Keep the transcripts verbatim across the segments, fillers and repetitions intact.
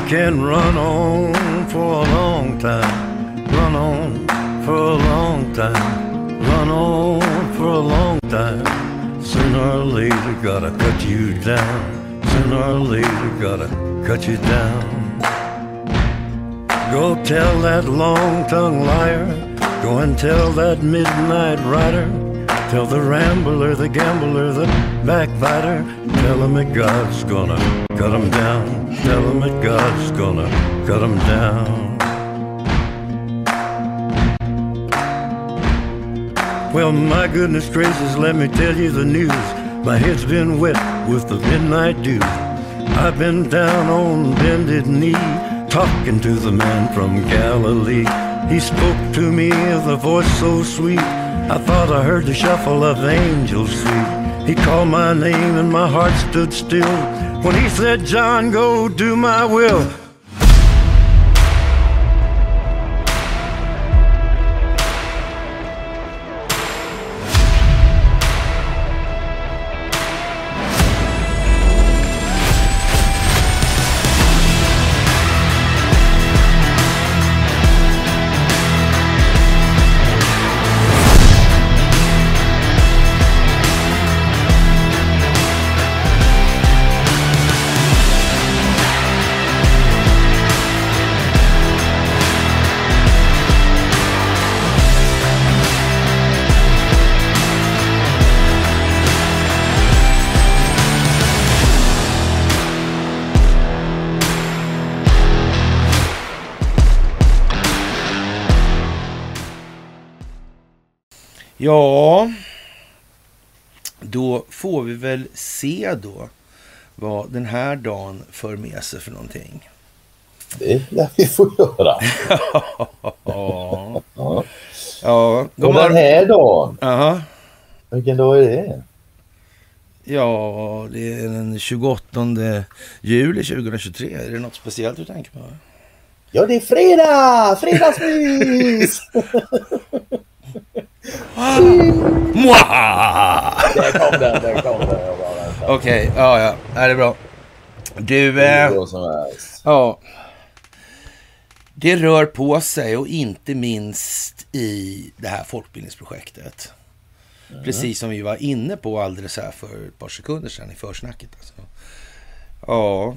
can run on for a long time, run on for a long time, run on for a long time. Sooner or later gotta cut you down, sooner or later gotta cut you down. Go tell that long-tongued liar, go and tell that midnight rider, tell the rambler, the gambler, the backbiter, tell him that God's gonna cut him down, tell him that God's gonna cut him down. Well, my goodness gracious, let me tell you the news. My head's been wet with the midnight dew. I've been down on bended knee, talking to the man from Galilee. He spoke to me with a voice so sweet, I thought I heard the shuffle of angels sweet. He called my name and my heart stood still when he said, John, go do my will. Ja, då får vi väl se då vad den här dagen för med sig för någonting. Det lär vi få göra. ja. ja. Och den här dagen, Aha. Vilken dag är det? Ja, det är den tjugoåttonde juli tjugohundratjugotre. Är det något speciellt du tänker på? Ja, det är fredag! Fredagsmys! Det kom den, det kom den. Okej, okay, ja, ja, är det bra. Du, eh, ja, det rör på sig och inte minst i det här folkbildningsprojektet. Mm. Precis som vi var inne på alldeles här för ett par sekunder sedan i försnacket. Alltså. Ja,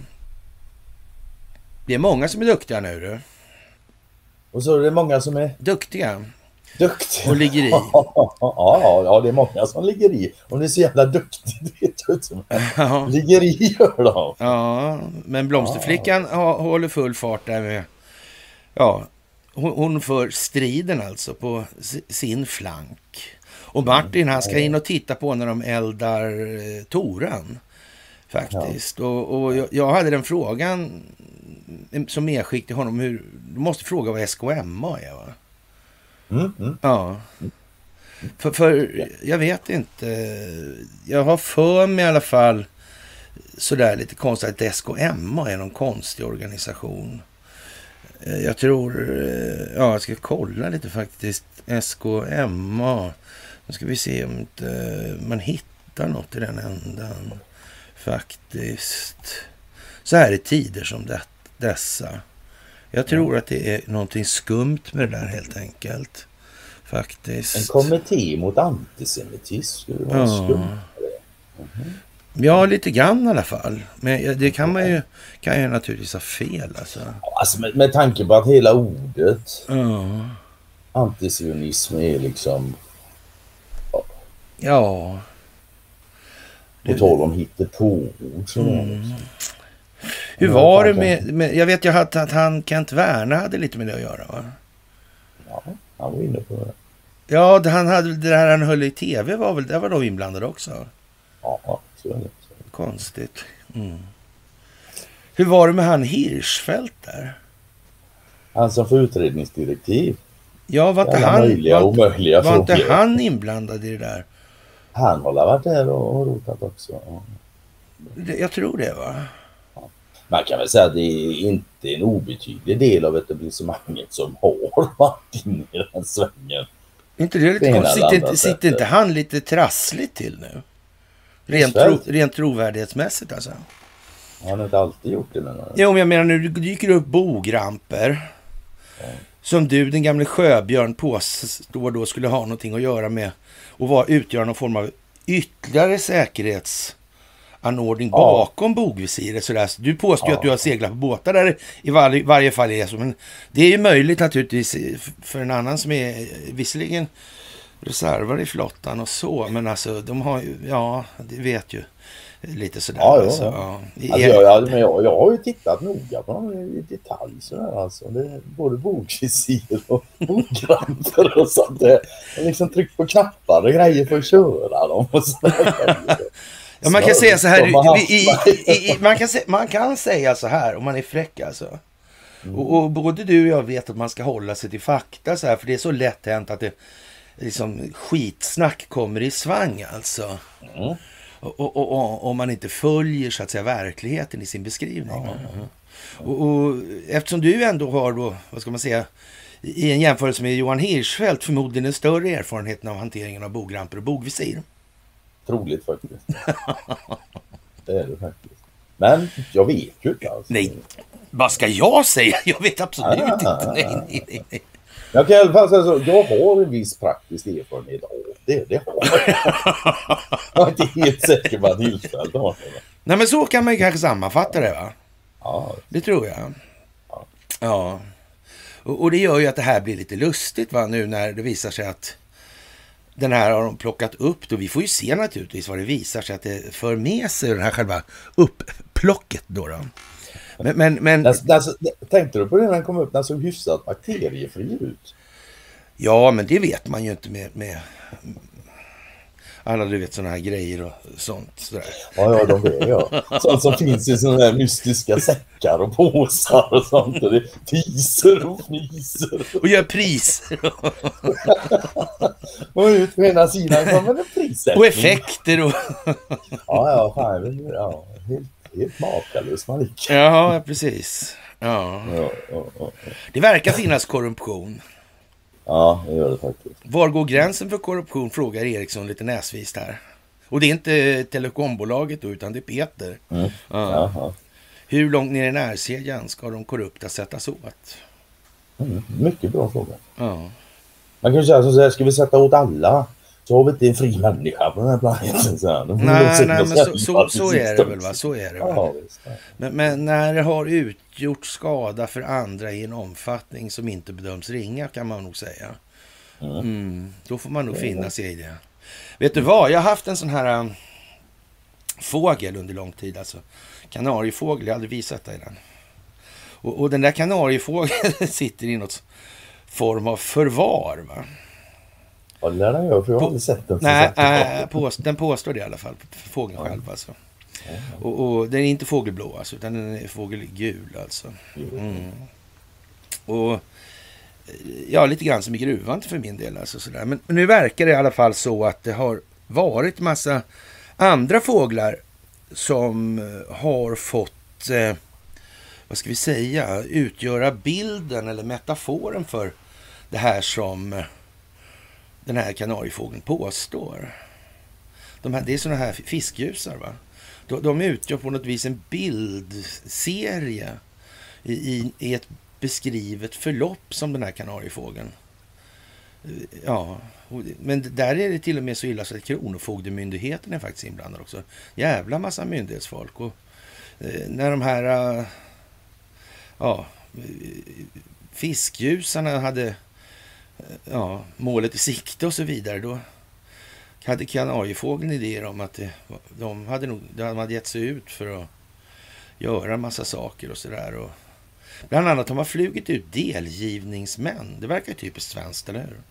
det är många som är duktiga nu, du. Och så är det många som är duktiga. Duktiga. Och ligger i. ja, ja, det är många som ligger i. Om det är så jävla duktigt, vet du inte. Ja. Ligger i gör de. Ja, men Blomsterflickan ja. håller full fart där med. Ja, hon, hon för striden alltså på sin flank. Och Martin, han ska in och titta på när de eldar eh, Toran. Faktiskt. Ja. Och, och jag, jag hade den frågan som medskick till honom. Hur, du måste fråga vad S K M A är, va? Mm, mm. Ja. För, för jag vet inte. Jag har för mig i alla fall sådär lite konstigt att S K M A är någon konstig organisation. Jag tror, ja, jag ska kolla lite faktiskt. S K M A. Nu ska vi se om inte man hittar något i den ändan. Faktiskt. Så här i tider som det, dessa. Jag tror att det är någonting skumt med det där helt enkelt. Faktiskt. En kommitté mot antisemitism skulle vara ja. skumt. Mm-hmm. Ja, lite grann i alla fall. Men det kan man ju, kan ju naturligtvis ha fel. Alltså, alltså med, med tanke på att hela ordet ja. antisionism är liksom ja. ja. Och tal om hittepå-ord. Mm. Hur var det med, med... Jag vet ju att, att han Kent Werner hade lite med det att göra, va? Ja, han var inne på det. Ja, det, han hade, det där han höll i tv var väl... Det var då inblandad också. Ja, så är det. Konstigt. Mm. Hur var det med han Hirschfeldt där? Han som får utredningsdirektiv. Ja, var inte, han, möjliga, var, omöjliga var inte han inblandad i det där? Han har varit där och rotat också. Det, jag tror det, va? Man kan väl säga att det är inte en obetydlig del av etablissemanget som har varit inne i den svängen. Inte det lite konstigt? Sitter, inte, sitter inte han lite trassligt till nu? Rent, tro, rent trovärdighetsmässigt alltså. Han har inte alltid gjort det, men... Jo, men jag menar nu dyker upp bogramper. Ja. Som du, den gamla Sjöbjörn, påstår då skulle ha någonting att göra med och var, utgöra någon form av ytterligare säkerhetsanordning ja. bakom bogvisiret. Sådär. Du påstår ju ja. att du har seglat på båtar där i var, varje fall är så. Men det är ju möjligt naturligtvis för en annan som är visserligen reserver i flottan och så. Men alltså, de har ju, ja, det vet ju. Lite sådär. Ja, ja. Alltså, ja. Alltså, jag, jag, men jag, jag har ju tittat noga på dem i detalj sådär, alltså. Det är både bogvisir och bogramper och sånt. Det är liksom tryck på knappar och grejer för att köra dem och sådär. Ja, man kan säga så här, i, i, i, man, kan se, man kan säga så här om man är fräck alltså. Mm. Och, och både du och jag vet att man ska hålla sig till fakta så här, för det är så lätt hänt att det liksom skitsnack kommer i svang alltså. Mm. Och, och, och om man inte följer så att säga verkligheten i sin beskrivning. Ja, ja. Och, och eftersom du ändå har då, vad ska man säga, i en jämförelse med Johan Hirschfeldt förmodligen en större erfarenhet av hanteringen av bogramper och bogvisir. Troligt faktiskt. Det är det faktiskt. Men jag vet ju inte alltså. Nej, vad ska jag säga? Jag vet absolut ah, inte. Nej, nej, nej, nej. Jag kan i alla fall säga så, jag har en viss praktisk erfarenhet av det. Det har jag. Jag är inte helt säker på att Hirschfeldt har det. Nej, men så kan man ju kanske sammanfatta det, va? Ja. Det tror jag. Ja. Ja. Och, och det gör ju att det här blir lite lustigt, va? Nu när det visar sig att den här har de plockat upp. Då vi får ju se naturligtvis vad det visar sig att det för med sig, den här själva upplocket då då. Men, men, men... Alltså, alltså, tänkte du på det när den kom upp? Den såg hyfsat bakteriefri ut. Ja, men det vet man ju inte med, med alla, du vet, sådana här grejer och sånt. Sådär. Ja, ja, de vet jag. Sånt som finns i sådana här mystiska säckar och påsar och sånt. Och det fiser och fniser. Och gör priser. Och ut på ena sidan kommer det prissättning. Och effekter. Och... ja, ja, fan. Ja, helt. Helt makalös man lika. Ja, precis. Ja. Ja, ja, ja. Det verkar finnas korruption. Ja, det gör det faktiskt. Var går gränsen för korruption, frågar Eriksson lite näsvist här. Och det är inte telekombolaget då, utan det är Peter. Mm. Ja. Ja. Hur långt ner i närkedjan ska de korrupta sättas åt? Mm. Mycket bra fråga. Ja. Man kan säga så här, ska vi sätta åt alla? Så har vi inte en fri människa på den här planeten. Så nej, nej, men så, så, så är det väl, va? Så är det väl. Ja, visst, ja. Men, men när det har utgjort skada för andra i en omfattning som inte bedöms ringa, kan man nog säga. Mm. Mm, då får man nog finna sig i det. Vet du vad? Jag har haft en sån här um, fågel under lång tid. Alltså. Kanariefågel, jag hade visat dig den. Och, och den där kanariefågeln sitter i något form av förvar, va? Ja, det lär den göra, för jag har aldrig sett den. Nej, äh, påst- den påstår det i alla fall. Fågeln ja. själv alltså. Ja. Och, och den är inte fågelblå alltså, utan den är fågelgul alltså. Mm. Och ja, lite grann som i gruvan för min del alltså sådär. Men, men nu verkar det i alla fall så att det har varit massa andra fåglar som har fått, eh, vad ska vi säga, utgöra bilden eller metaforen för det här som den här kanariefågeln påstår. De här, det är såna här fiskljusar, va? De, de utgör på något vis en bildserie i, i, i ett beskrivet förlopp som den här kanariefågeln. Ja, men där är det till och med så illa så att Kronofogdemyndigheten är faktiskt inblandad också. Jävla massa myndighetsfolk. Och eh, när de här äh, ja, fiskljusarna hade ja, målet i sikte och så vidare, då hade kanariefågeln idéer om att det, de hade nog de hade gett sig ut för att göra en massa saker och sådär. Och bland annat har man flugit ut delgivningsmän. Det verkar ju typiskt svenskt, eller hur?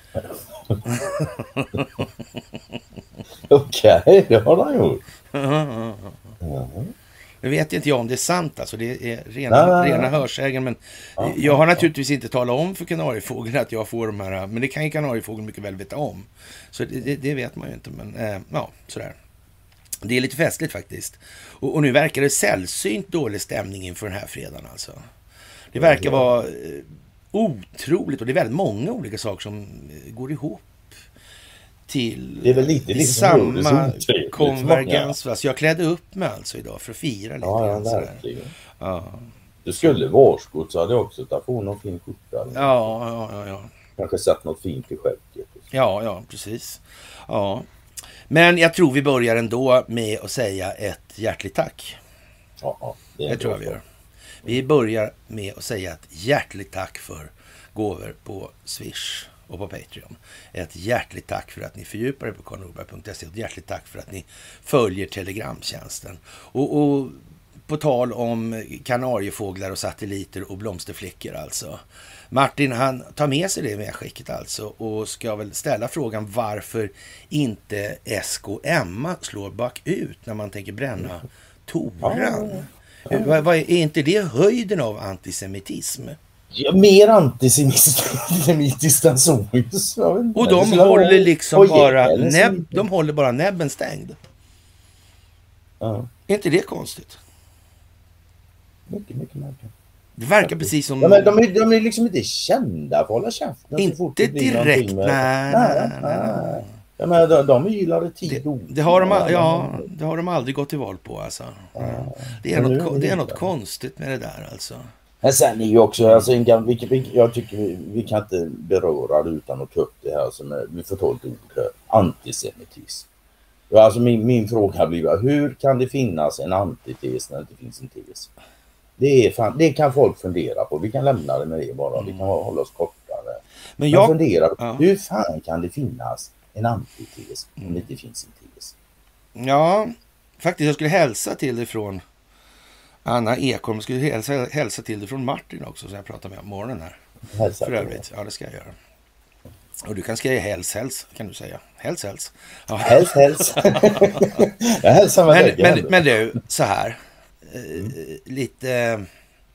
Okej, okay, det har han gjort. Mm. Nu vet inte jag om det är sant, alltså det är rena, nej, nej, rena hörsägen, men ja, jag har naturligtvis ja. inte talat om för kanariefågeln att jag får de här, men det kan ju kanariefågeln mycket väl veta om. Så det, det, det vet man ju inte, men äh, ja, sådär. Det är lite festligt faktiskt. Och, och nu verkar det sällsynt dålig stämning inför den här fredagen alltså. Det verkar ja, ja. vara eh, otroligt, och det är väldigt många olika saker som eh, går ihop till det är väl lite, lite samma konvergens. Alltså jag klädde upp mig alltså idag för att fira lite. Ja, ja, grann, verkligen. Ja. Du skulle varskott så hade jag också tagit på någon fin skjorta. Ja, ja, ja, ja. Kanske sett något fint i skägget. Ja, ja, precis. Ja. Men jag tror vi börjar ändå med att säga ett hjärtligt tack. Ja, ja, det, det tror jag vi gör. Vi börjar med att säga ett hjärtligt tack för gåvor på Swish och på Patreon. Ett hjärtligt tack för att ni fördjupar er på karl norberg punkt se. Ett hjärtligt tack för att ni följer telegramtjänsten. Och, och på tal om kanariefåglar och satelliter och blomsterflickor alltså. Martin han tar med sig det medskicket alltså och ska väl ställa frågan varför inte S K Emma slår bakut när man tänker bränna Toran. Ja. Vad, vad är, är inte det höjden av antisemitism? Ja, mer antisemitiskt än så. Och de håller liksom bara näbb, de håller bara näbben stängd. Ja. Är inte det konstigt? Mycket, mycket märkligt. Det verkar precis som... Ja, men de, är, de är liksom inte kända för att hålla käften. Inte direkt, med... nej, nej, nej, nej. Ja, men de, de gillar tid det, det har de, ja, det har de aldrig gått till val på alltså. Ja. Det är något, det är något konstigt med det där alltså. Men sen är ju också, alltså, en, vilket, vilket, jag tycker vi, vi kan inte beröra det utan att ta upp det här som är, vi får ta ett ord här, antisemitism. Alltså min, min fråga blir, hur kan det finnas en antites när det inte finns en tes? Det, är fan, det kan folk fundera på. Vi kan lämna det med det bara. Vi kan hålla oss kortare. Men jag Men fundera på, ja. hur fan kan det finnas en antites om det inte finns en tes? Ja, faktiskt jag skulle hälsa till det från Anna Ekholm. Jag skulle hälsa, hälsa till det från Martin också som jag pratade med om morgonen här. Hälsa För övrigt, ja det ska jag göra. Och du kan skriva häls, häls kan du säga. Häls, häls. Ja. Häls, häls. Jag hälsar med men, men, men du, så här. Mm. Lite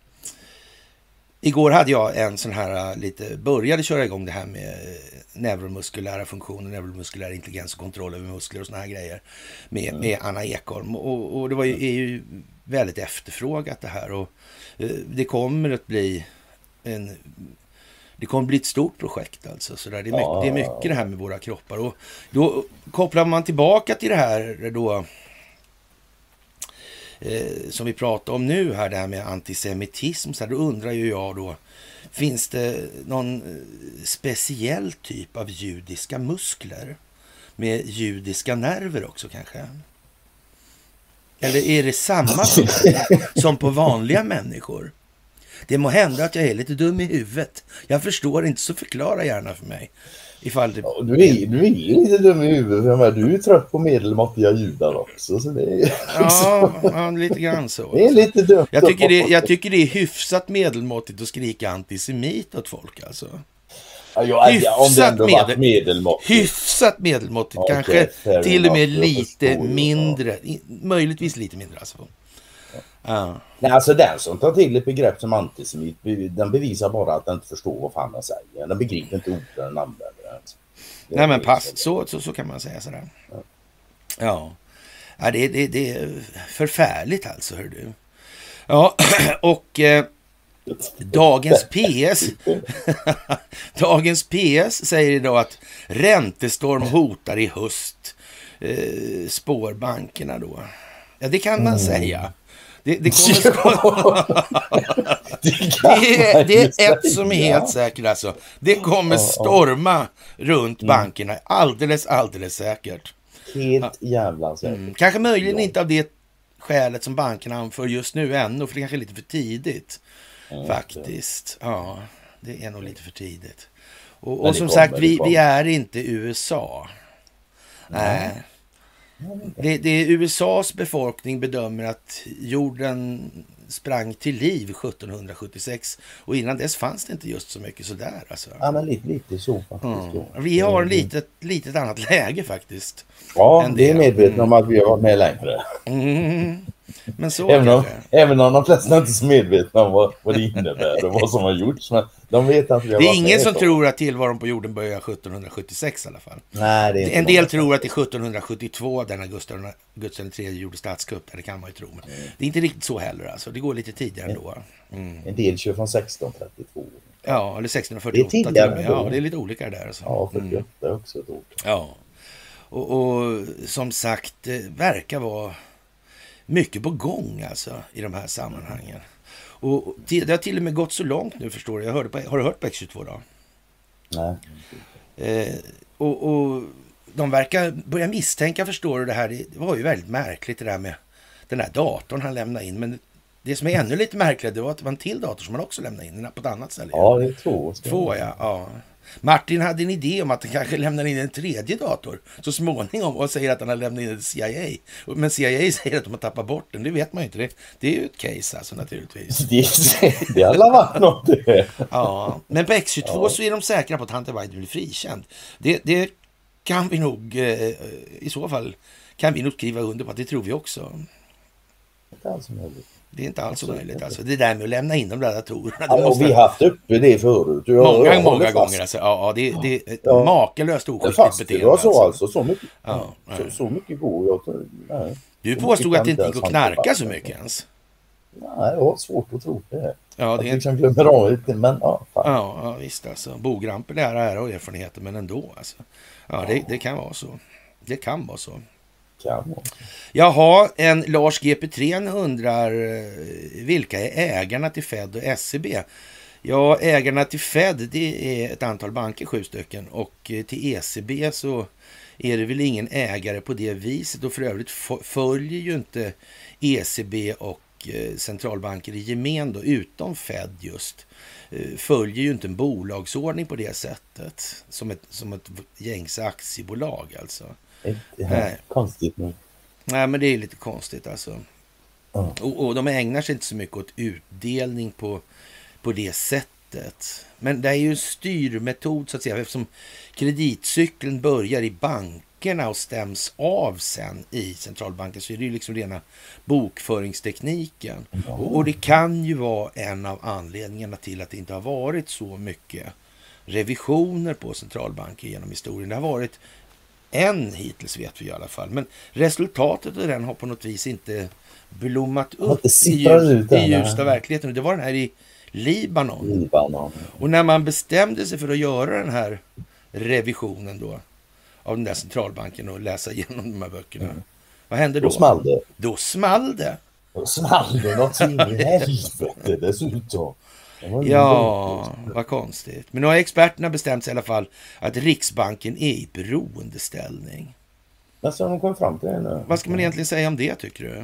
igår hade jag en sån här lite började köra igång det här med neuromuskulära funktioner, neuromuskulär intelligens och kontroll över muskler och såna här grejer med, mm. med Anna Ekholm och, och det var ju, är ju väldigt efterfrågat det här och det kommer att bli en det kommer bli ett stort projekt alltså så där. Det, är mycket, ja. det är mycket det här med våra kroppar och då kopplar man tillbaka till det här då Eh, som vi pratar om nu här, det här med antisemitism, så här, då undrar ju jag då, finns det någon speciell typ av judiska muskler med judiska nerver också kanske? Eller är det samma som på vanliga människor? Det må hända att jag är lite dum i huvudet. Jag förstår inte, så förklara gärna för mig. Ifall det... ja, du, är, du är lite dum i huvudet. Du är trött på medelmåttiga judar också. Så det är... ja, ja, lite grann så. Det är lite dumt. Jag tycker det, jag tycker det är hyfsat medelmåttigt att skrika antisemit åt folk. Alltså. Ja, jag, hyfsat, om medel, medelmåttigt. hyfsat medelmåttigt. Okay, kanske till och med lite mindre. Ja. Möjligtvis lite mindre. Alltså. Ja. Nej, alltså den som tar till ett begrepp som antisemit, den bevisar bara att den inte förstår vad fan den säger. Den begriper inte orden den använder. Alltså. Nej men pass, så, så, så kan man säga sådär. Ja, ja. ja det, det, det är förfärligt alltså, hör du. Ja, och eh, dagens P S dagens P S säger idag att räntestorm hotar i höst eh, spårbankerna då. Ja, det kan man mm. säga. Det, det, kommer det, är, det är ett som är helt säkert alltså. Det kommer storma runt bankerna alldeles, alldeles säkert. Helt jävla säkert. Mm. Kanske möjligen inte av det skälet som bankerna anför just nu ännu, för det kanske är lite för tidigt. Mm, faktiskt. Ja, det är nog lite för tidigt. Och, och som kommer, sagt, vi, vi är inte U S A. Nej. Nej. Det, det är U S A:s befolkning bedömer att jorden sprang till liv sjuttonhundrasjuttiosex och innan dess fanns det inte just så mycket sådär. Alltså. Ja, men lite, lite så faktiskt. Mm. Vi har ett litet, litet annat läge faktiskt. Ja, det är medveten om att vi har varit med längre. Mm. Men så även, om, även om de flesta inte är så medvetna om vad, vad det innebär och vad som har gjorts. Men de vet att vi har det är ingen som tror att tillvaron på jorden börjar sjuttonhundrasjuttiosex i alla fall. Nej, det är en del tror att det är sjuttonhundrasjuttiotvå denna Gustav den tredje gjorde statskupp. Det kan man ju tro. Men mm. det är inte riktigt så heller. Alltså. Det går lite tidigare ändå. Mm. En del kör från sexton trettiotvå. Ja, eller sexton fyrtioåtta. Det är, till ja, det är lite olika där. Alltså. Ja, fyrtioåtta är också ett ord. Ja. Och, och som sagt, det verkar vara mycket på gång alltså i de här sammanhangen. Och det har till och med gått så långt nu, förstår du. Jag hörde på, har du hört på X tjugotvå då? Nej. Eh, och, och de verkar börja misstänka, förstår du, det här. Det var ju väldigt märkligt det där med den här datorn han lämnade in. Men det som är ännu lite märkligt, det var att det var en till dator som han också lämnade in på ett annat ställe. Ja, det är två. Två, ja. ja. Martin hade en idé om att han kanske lämnar in en tredje dator så småningom och säger att han har lämnat in en C I A. Men C I A säger att de har tappat bort den. Det vet man ju inte. Det, det är ju ett case alltså naturligtvis. Det, det har alla varit något det. Ja, men på X tjugotvå ja. Så är de säkra på att Hunter Biden blir frikänd. Det, det kan vi nog, eh, i så fall kan vi nog skriva under på att det tror vi också. Det är alls möjligt. Det är inte alls så möjligt. Alltså. Det där med att lämna in de där datorerna. Ja, måste... Vi har haft uppe det förut. Jag, många, jag många gånger. Alltså. Ja, ja, det, det är ett ja. makalöst oskickligt beteende. Det var så alltså. alltså så, mycket, ja, så, så mycket går jag. Nej. Du påstod att det inte gick att knarka så mycket ens. Nej, jag har svårt att tro det. Ja, det jag liksom glömmer av lite, men ja, fan. Ja, ja, visst alltså. Bogramper det här är och erfarenheter, men ändå alltså. Ja, det, det kan vara så. Det kan vara så. Jaha, en Lars G P tre undrar vilka är ägarna till Fed och S E B? Ja, ägarna till Fed det är ett antal banker, sju stycken, och till E C B så är det väl ingen ägare på det viset, och för övrigt följer ju inte E C B och centralbanker i gemen då, utom Fed just, följer ju inte en bolagsordning på det sättet som ett, som ett gängse aktiebolag alltså. Det är konstigt nu. Nej, men det är lite konstigt alltså. Mm. Och, och de ägnar sig inte så mycket åt utdelning på, på det sättet. Men det är ju en styrmetod så att säga, eftersom kreditcykeln börjar i bankerna och stäms av sen i centralbanken, så är det ju liksom rena bokföringstekniken. Mm. Och, och det kan ju vara en av anledningarna till att det inte har varit så mycket revisioner på centralbanker genom historien. Det har varit en hittills, vet vi i alla fall. Men resultatet av den har på något vis inte blommat upp i, ljus, i ljusta verkligheten. Det var den här i Libanon. Libanon. Och när man bestämde sig för att göra den här revisionen då av den där centralbanken och läsa igenom de här böckerna. Mm. Vad hände då? Då small det. Då small det. Då small det något in i helvete dessutom. Ja, vad konstigt. Men nu har experterna bestämt sig i alla fall att Riksbanken är i beroendeställning. Men så har de kommit fram till det nu. Vad ska man egentligen säga om det, tycker du?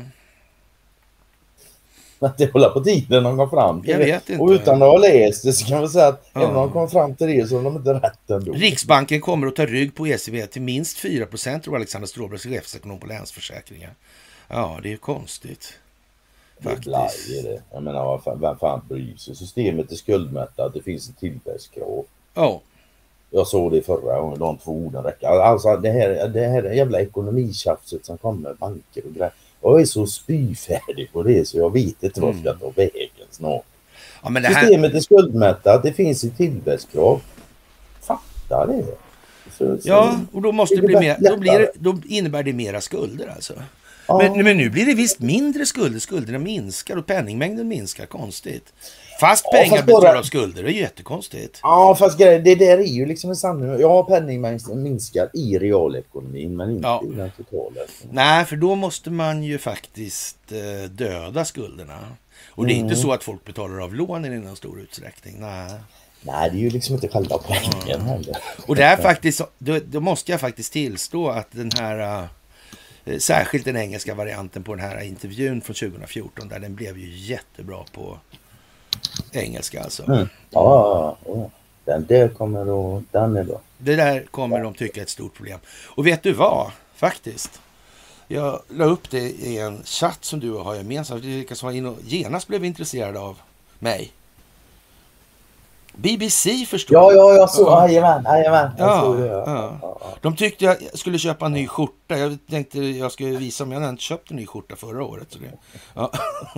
Att det håller på tiden de kom fram till Jag det. vet inte. Och utan att ha läst det så kan man säga att ja. även om de kom fram till det så har de inte rätt ändå. Riksbanken kommer att ta rygg på E C B till minst fyra procent, tror Alexander Stråberg, chefsekonom på Länsförsäkringar. Ja, det är ju konstigt. Faktiskt. Det är det. Jag menar, vad fan, vem fan bryr sig? Systemet är skuldmättat, det finns ett tillväxtkrav. Ja. Jag såg det förra gången, de två orden räcker. Alltså det här, det här jävla ekonomitjafset som kommer med banker och grejer. Jag är så spyfärdig på det så jag vet inte vad ska ta vägen snart. Ja, men det här... Systemet är skuldmättat, det finns ett tillväxtkrav. Fatta det. Så, så ja, och då måste det bli mer, då, blir det, då innebär det mera skulder alltså. Ja. Men, men nu blir det visst mindre skulder. Skulderna minskar och penningmängden minskar. Konstigt. Fast pengar ja, fast består bara... av skulder. Det är ju jättekonstigt. Ja, fast det där är ju liksom en sanning. Ja, penningmängden minskar i realekonomin, men inte ja. i den totala. Nej, för då måste man ju faktiskt eh, döda skulderna. Och mm. det är inte så att folk betalar av lånen i någon stor utsträckning. Nej. Nej, det är ju liksom inte själva pengen mm. heller. Och där faktiskt, då, då måste jag faktiskt tillstå att den här... Uh, särskilt den engelska varianten på den här intervjun från tjugo fjorton, där den blev ju jättebra på engelska alltså. Mm. Ja, ja, den där kommer då, den är bra. Det där kommer de tycka är ett stort problem. Och vet du vad, faktiskt? Jag la upp det i en chatt som du har gemensamt. Det som var in och genast blev intresserad av mig. B B C förstår. Ja, ja, jag såg. Jajamän, jajamän. Ja, ja. ja. De tyckte jag skulle köpa en ny skjorta. Jag tänkte jag skulle visa om jag hade inte köpt en ny skjorta förra året. Så det, ja.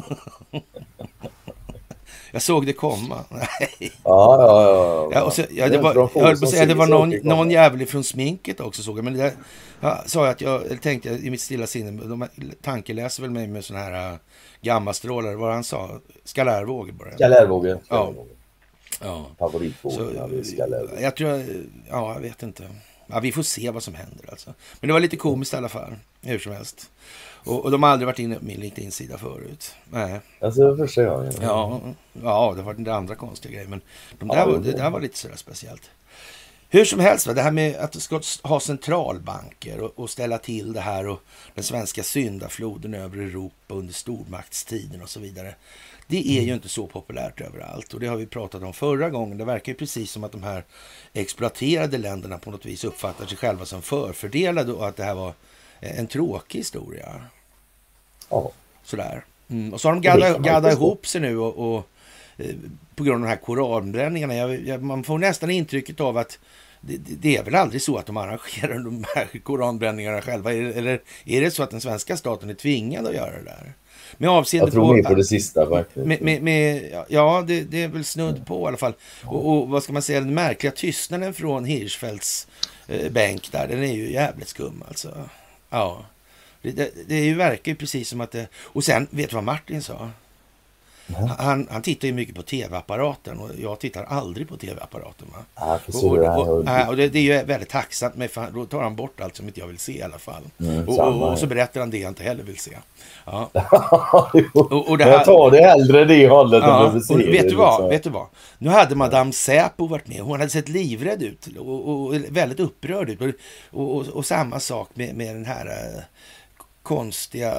Jag såg det komma. Nej. Ja, ja, ja. ja, och så, ja det var, jag höll på att säga, det var någon, någon jävlig från sminket också såg jag. Men det där, ja, sa jag att jag tänkte i mitt stilla sinne, de tankeläser väl mig med sån här uh, gammastrålare, vad han sa, skalärvågor bara. Skalärvågor. Ja. Ja. Favoritfågel. Jag tror, ja, jag vet inte. ja, vi får se vad som händer alltså. Men det var lite komiskt i alla fall, hur som helst. Och, och de har aldrig varit inne på min LinkedIn-sida förut. Nej. Alltså det första gången. Ja, ja, det var den andra konstiga grejen. Men de där ja, var, det där var lite sådär speciellt. Hur som helst, va? Det här med att det ska ha centralbanker och, och ställa till det här och den svenska syndafloden över Europa under stormaktstiden och så vidare. Det är ju inte så populärt överallt och det har vi pratat om förra gången. Det verkar ju precis som att de här exploaterade länderna på något vis uppfattar sig själva som förfördelade och att det här var en tråkig historia. Ja. Sådär. Mm. Och så har de gaddat gadda ihop sig nu och, och eh, på grund av de här koranbränningarna. Jag, jag, man får nästan intrycket av att det, det är väl aldrig så att de arrangerar de här koranbränningarna själva. Eller är det så att den svenska staten är tvingad att göra det där? Med avseende jag tror på, mer på det sista faktiskt. Med, med, med, ja, det, det är väl snudd på i alla fall. Och, och vad ska man säga, den märkliga tystnaden från Hirschfeldts eh, bänk där, den är ju jävligt skum alltså. Ja, det, det, det är ju, verkar ju precis som att det... Och sen, vet du vad Martin sa? Mm. Han, han tittar ju mycket på tv-apparaten och jag tittar aldrig på tv-apparaten. Va? Ja, och, och, och, och, och det, det är ju väldigt tacksamt, men fan, då tar han bort allt som inte jag vill se i alla fall. Mm, och, och, och så berättar han det jag inte heller vill se. Ja. och, och det här, jag tar det hellre det hållet. Ja, och se vet, det, du vad, liksom. vet du vad? Nu hade Madame Säpo varit med. Hon hade sett livrädd ut och, och, och väldigt upprörd ut. Och, och, och, och samma sak med, med den här... Uh, konstiga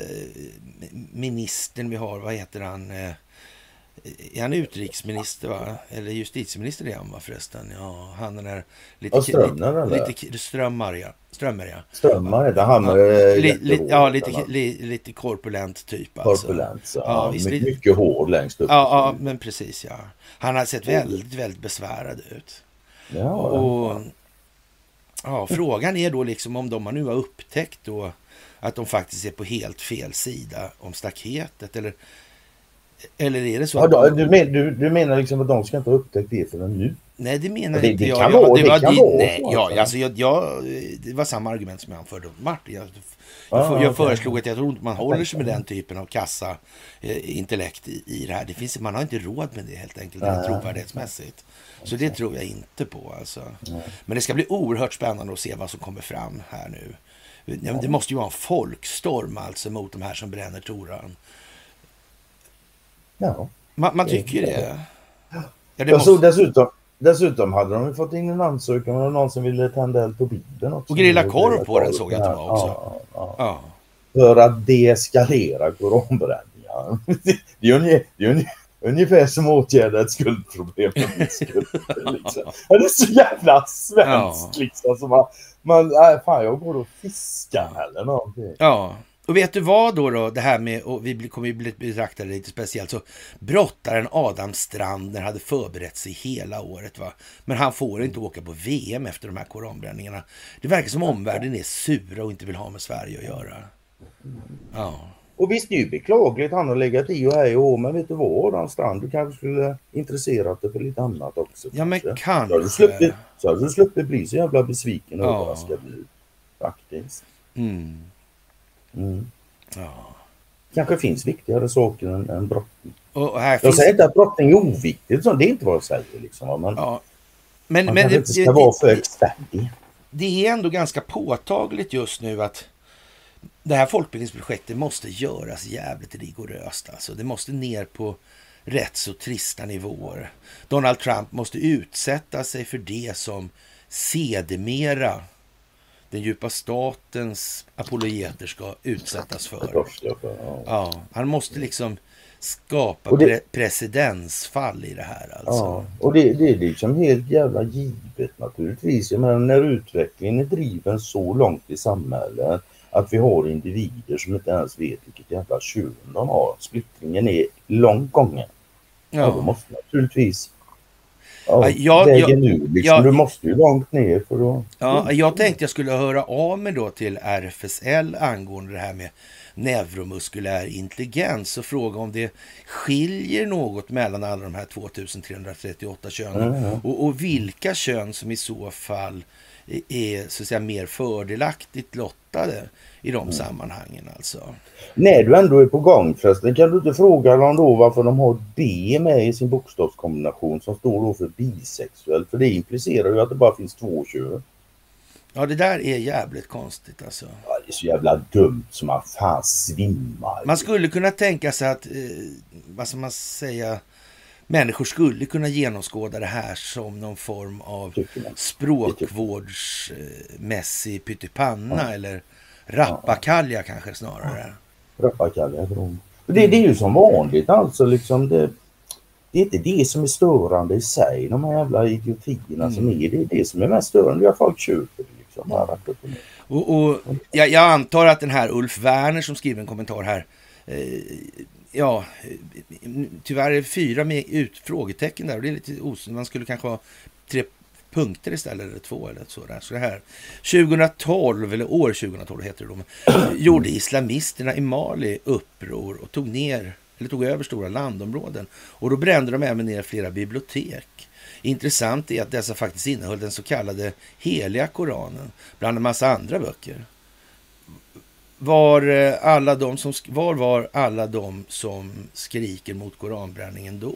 ministern vi har, vad heter han? Är han utrikesminister va? Eller justitieminister är han va förresten? Ja, han den där lite, Strömmer, lite, lite strömmar ja. Strömmar ja. Strömmar heter han. Ja, li, li, li, ja, lite, li, lite korpulent typ. Alltså. Korpulent, så. Ja, Ja, visst, mycket, lite, mycket hår längst upp. Ja, ja, men precis ja. Han har sett väldigt, väldigt besvärad ut. Ja, och ja, frågan är då liksom om de har nu har upptäckt då att de faktiskt är på helt fel sida om staketet. Eller, eller är det så ja, att... då, du, men, du, du menar liksom att de ska inte ha upptäckt det för den nu? Nej, det menar det, inte det jag. Kan jag vara, det, det var, kan det, vara. Nej, ja, alltså, jag, jag, det var samma argument som jag anförde om Martin. Jag, jag, ah, jag okay. föreslog att jag tror inte man håller sig med den typen av kassa eh, intellekt i, i det här. Det finns, man har inte råd med det helt enkelt, ah, trovärdighetsmässigt. Så det tror jag inte på. Alltså. Mm. Men det ska bli oerhört spännande att se vad som kommer fram här nu. Ja, det måste ju vara en folkstorm alltså mot de här som bränner Toran. Ja. Man, man tycker ju det. Ja, det jag måste... såg dessutom, dessutom hade de fått in en ansökan och någon som ville tända eld på bilden också. Och grilla korv på den såg jag att det var också. Ja, ja. Ja. För att deeskalera koranbränningar. Det är ju det är ju ungefär som åtgärda ett skuldproblem. Skuld, liksom. Det är så jävla svenskt ja. Liksom. Som man, man, nej, fan jag går och fiskar eller någonting. Ja, och vet du vad då då? Det här med, och vi kommer ju bli betraktade lite speciellt. Så brottaren Adam Strandner hade förberett sig hela året va. Men han får inte åka på V M efter de här koranbränningarna. Det verkar som omvärlden är sura och inte vill ha med Sverige att göra. Ja. Och visst är det ju beklagligt han har legat i och här och men vet du vad Adam Strand, du kanske skulle intressera dig för lite annat också. Ja men kanske. Så har du sluppit, så har du sluppit bli så jävla besviken och ja. Ska bli faktiskt. Mm. Mm. Ja. Kanske finns viktigare saker än, än brottning. Och här jag finns... säger inte att brottning är oviktigt, så det är inte vad jag säger liksom. Men, ja. men, man men kanske det, inte ska det, vara för det, expertig. Det är ändå ganska påtagligt just nu att det här folkbildningsprojektet måste göras jävligt rigoröst. Alltså. Det måste ner på rätt så trista nivåer. Donald Trump måste utsätta sig för det som sedermera den djupa statens apologeter ska utsättas för. Ja, han måste liksom skapa det, pre- presidensfall i det här. Alltså. Ja, och det, det är liksom helt jävla givet naturligtvis. Jag menar, när utvecklingen är driven så långt i samhället att vi har individer som inte ens vet vilket jävla kön de har. Splittringen är långt gången. Ja. Ja, då måste naturligtvis ja, jag, vägen jag, nu. Liksom, jag, du måste ju långt ner för att... Ja, jag tänkte jag skulle höra av mig då till R F S L angående det här med neuromuskulär intelligens och fråga om det skiljer något mellan alla de här tvåtusen-trehundratrettioåtta könen mm. och, och vilka kön som i så fall är så att säga mer fördelaktigt lottade i de mm. sammanhangen alltså. När du ändå är på gång förresten, kan du inte fråga dem då varför de har B med i sin bokstavskombination som står då för bisexuell, för det implicerar ju att det bara finns två kön. Ja, det där är jävligt konstigt alltså. Ja, det är så jävla dumt som man fan svimmar. Man skulle kunna tänka sig att, eh, vad ska man säga, människor skulle kunna genomskåda det här som någon form av språkvårdsmässig pyttipanna ja. eller rappakalja ja. kanske snarare. Rappakalja, tror det, det är ju som vanligt alltså liksom det, det är inte det som är störande i sig, de här jävla idiotierna mm. som är det, det är det som är mest störande, det folk köper det liksom. Mm. Och, och jag, jag antar att den här Ulf Werner som skriver en kommentar här, eh, ja, tyvärr är det fyra med ut, frågetecken där och det är lite os, man skulle kanske ha tre punkter istället, eller två eller sådär. Så det här, tjugohundratolv, eller år tjugohundratolv heter det då, gjorde islamisterna i Mali uppror och tog ner, eller tog över stora landområden. Och då brände de även ner flera bibliotek. Intressant är att dessa faktiskt innehöll den så kallade heliga Koranen, bland en massa andra böcker. Var alla de som, var var alla de som skriker mot koranbränningen då?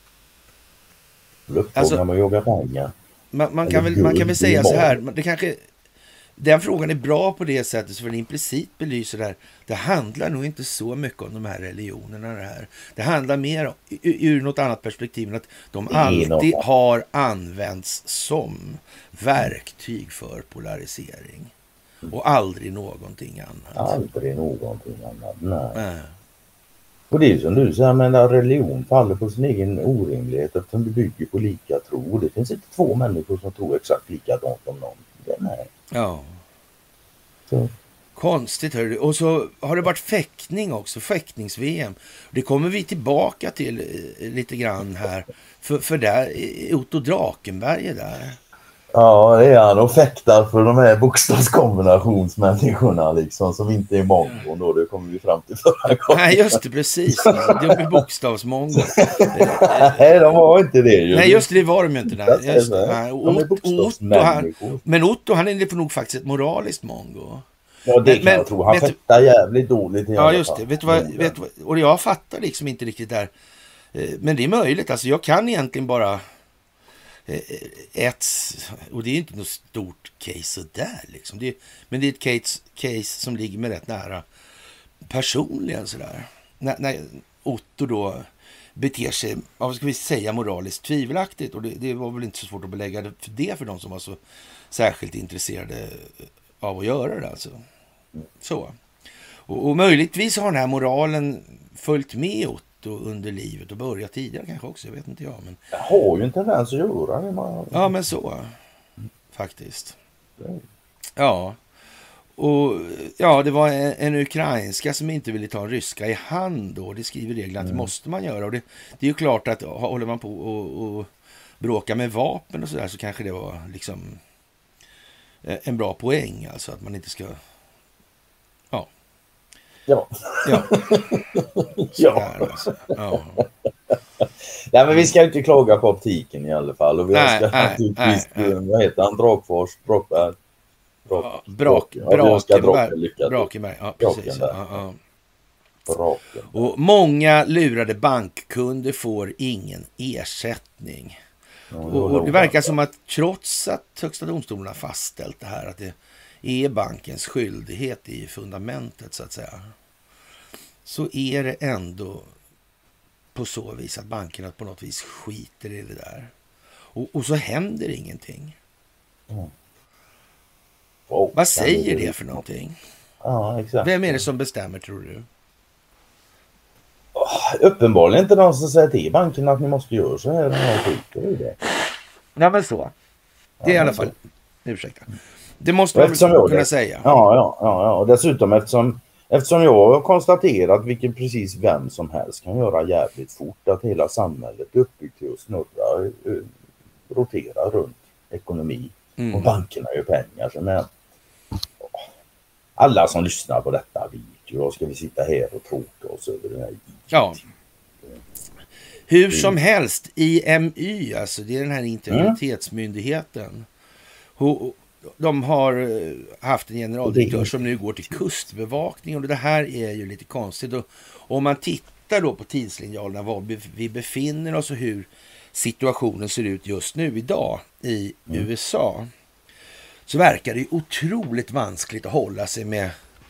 Alltså, man jagar pengar. Man, man, kan väl, man kan väl säga så här, det kanske, den frågan är bra på det sättet för den implicit belyser det här. Det handlar nog inte så mycket om de här religionerna. Det, här. det handlar mer ur något annat perspektiv än att de alltid har använts som verktyg för polarisering. Och aldrig någonting annat. Aldrig någonting annat, nej. nej. Och det är som du säger, men religion faller på sin egen orimlighet eftersom det bygger på lika tro. Det finns inte två människor som tror exakt likadant om någon. Det nej. Ja. Så. Konstigt, hörru. Och så har det varit fäktning också, fäktnings-V M. Det kommer vi tillbaka till eh, lite grann här. För, för där, Otto Drakenberg är där. Ja, det är han. Och fäktar för de här bokstavskombinationsmänniskorna liksom, som inte är mongon då. Det kommer vi fram till förra gången. Nej, just det, precis. De är bokstavsmongon. Nej, de var inte det. Ju. Nej, just det, det var de ju inte där. Just det. Nej, de är bokstavsmänniskor. Men Otto, han är nog faktiskt ett moraliskt mongo. Ja, det kan men, jag tro. Han fäktar jävligt dåligt. I ja, just det. Vet du vad, vet du vad? Och jag fattar liksom inte riktigt där. Men det är möjligt. Alltså, jag kan egentligen bara... ett, och det är inte något stort case så där liksom. Det är, men det är ett case, case som ligger med rätt nära personligen sådär. När, när Otto då beter sig, vad ska vi säga, moraliskt tvivelaktigt, och det, det var väl inte så svårt att belägga det för det för de som var så särskilt intresserade av att göra det alltså. Så. Och, och möjligtvis har den här moralen följt med Otto under livet och börjat tidigare kanske också, jag vet inte jag. Men... Jag har ju inte ens att göra det. Man... Ja, men så. Faktiskt. Ja. Och ja, det var en, en ukrainska som inte ville ta en ryska i hand då. Det skriver reglerna att det måste man göra. Och det, det är ju klart att håller man på och, och bråka med vapen och sådär så kanske det var liksom en bra poäng. Alltså att man inte ska... Ja. Ja. Ja. Ja. Alltså. Ja. Nej, men vi ska inte klaga på optiken i alla fall. Och vi nej, ska nej, naturligtvis, nej, vad heter han, Drakfors, Brakberg. Brak, brak, brak, Brakenberg. Ja, precis. Ja, ja. Braken. Och många lurade bankkunder får ingen ersättning. Ja, och, och det verkar som att trots att Högsta domstolen har fastställt det här, att det är bankens skyldighet i fundamentet så att säga, så är det ändå på så vis att bankerna på något vis skiter i det där. Och, och så händer ingenting. Mm. Oh, vad säger det för någonting? Ja, exakt. Vem är det som bestämmer, tror du? Oh, uppenbarligen inte någon som säger till banken att ni måste göra så här. här det. Nej, men så. Det är ja, i alla fall... Så. Ursäkta. Det måste man kunna det. säga. Ja, ja, ja, ja. Och dessutom eftersom, eftersom jag har konstaterat vilken precis vem som helst kan göra jävligt fort att hela samhället är uppbyggt till att snurra, rotera runt ekonomi. Mm. Och bankerna gör pengar. Så men, alla som lyssnar på detta vet ju, vad ska vi sitta här och tråka oss över den här. Ja. Hur som helst, I M Y, alltså det är den här integritetsmyndigheten. Mm. De har haft en generaldirektör som nu går till kustbevakning, och det här är ju lite konstigt. Och om man tittar då på tidslinjalerna, var vi befinner oss och hur situationen ser ut just nu idag i mm. U S A, så verkar det ju otroligt vanskligt att hålla sig med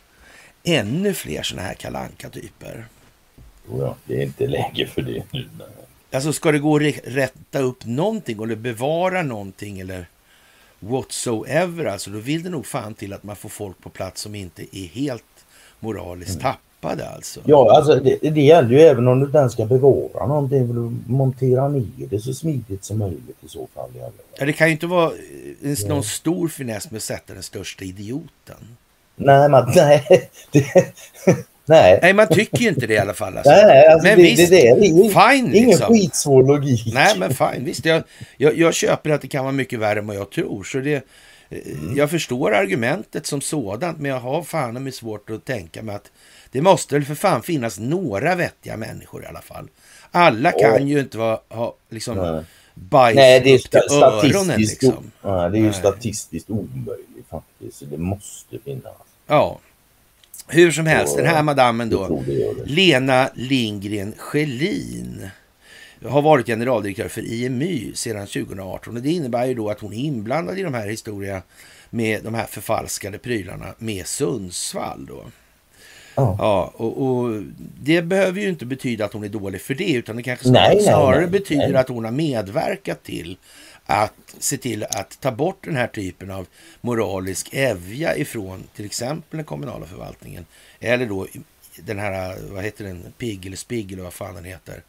ännu fler såna här Kalle Anka-typer. Ja, det är inte läge för det nu. Alltså ska det gå att rätta upp någonting eller bevara någonting eller whatsoever, alltså då vill det nog fan till att man får folk på plats som inte är helt moraliskt mm. tappade alltså. Ja, alltså det, det gäller ju även om du den ska bevara någonting, vill du montera ner det så smidigt som möjligt i så fall. Ja, det kan ju inte vara en, någon ja. stor finess med att sätta den största idioten. Nej, man, nej, det, nej. Nej, man tycker ju inte det i alla fall. Alltså. Nej, alltså men det, visst, det, det är ingen, fine, ingen liksom. skitsvår logik. Nej, men fine, visst. Jag, jag, jag köper att det kan vara mycket värre än vad jag tror. Så det, mm. jag förstår argumentet som sådant, men jag har fan med svårt att tänka mig att det måste väl för fan finnas några vettiga människor i alla fall. Alla kan oh. ju inte vara, ha liksom nej. bajs nej, det är upp till öronen. Liksom. Ja, det är ju nej. statistiskt omöjligt faktiskt. Det måste finnas. Ja. Hur som helst, den här madammen då, Lena Lindgren Schelin, har varit generaldirektör för I M Y sedan tjugo arton. Och det innebär ju då att hon är inblandad i de här historierna med de här förfalskade prylarna med Sundsvall då. Oh. Ja, och, och det behöver ju inte betyda att hon är dålig för det, utan det kanske snarare, nej, snarare nej, nej, betyder nej. att hon har medverkat till att se till att ta bort den här typen av moralisk evja ifrån till exempel den kommunala förvaltningen. Eller då den här, vad heter den, Pigg eller Spigg eller vad fan den heter,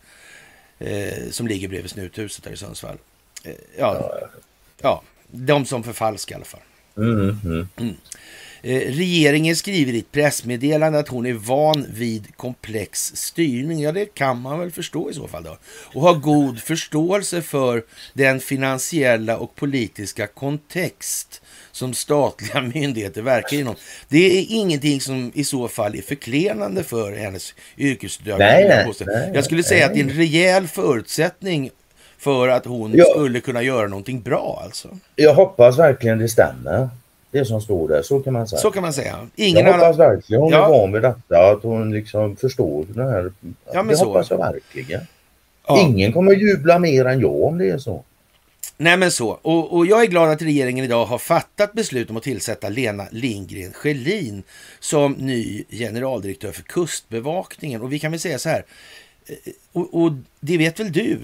eh, som ligger bredvid Snuthuset där i Sundsvall. Eh, ja, ja, de som förfalskar i alla fall. Mm, mm. Mm. Regeringen skriver i ett pressmeddelande att hon är van vid komplex styrning. Ja, det kan man väl förstå i så fall då. Och har god förståelse för den finansiella och politiska kontext som statliga myndigheter verkar inom. Det är ingenting som i så fall är förklenande för hennes yrkesutövning. Nej, nej, Jag skulle säga nej. att det är en rejäl förutsättning för att hon ja. skulle kunna göra någonting bra alltså. Jag hoppas verkligen det stämmer. Det som står där, så kan man säga. Så kan man säga. Ingen jag hoppas annan... verkligen hon ja. är van med detta, att hon liksom förstår det här. Ja, men det så. hoppas jag verkligen. Ja. Ingen kommer jubla mer än jag om det är så. Nej men så, och, och jag är glad att regeringen idag har fattat beslut om att tillsätta Lena Lindgren Schelin som ny generaldirektör för Kustbevakningen. Och vi kan väl säga så här, och, och det vet väl du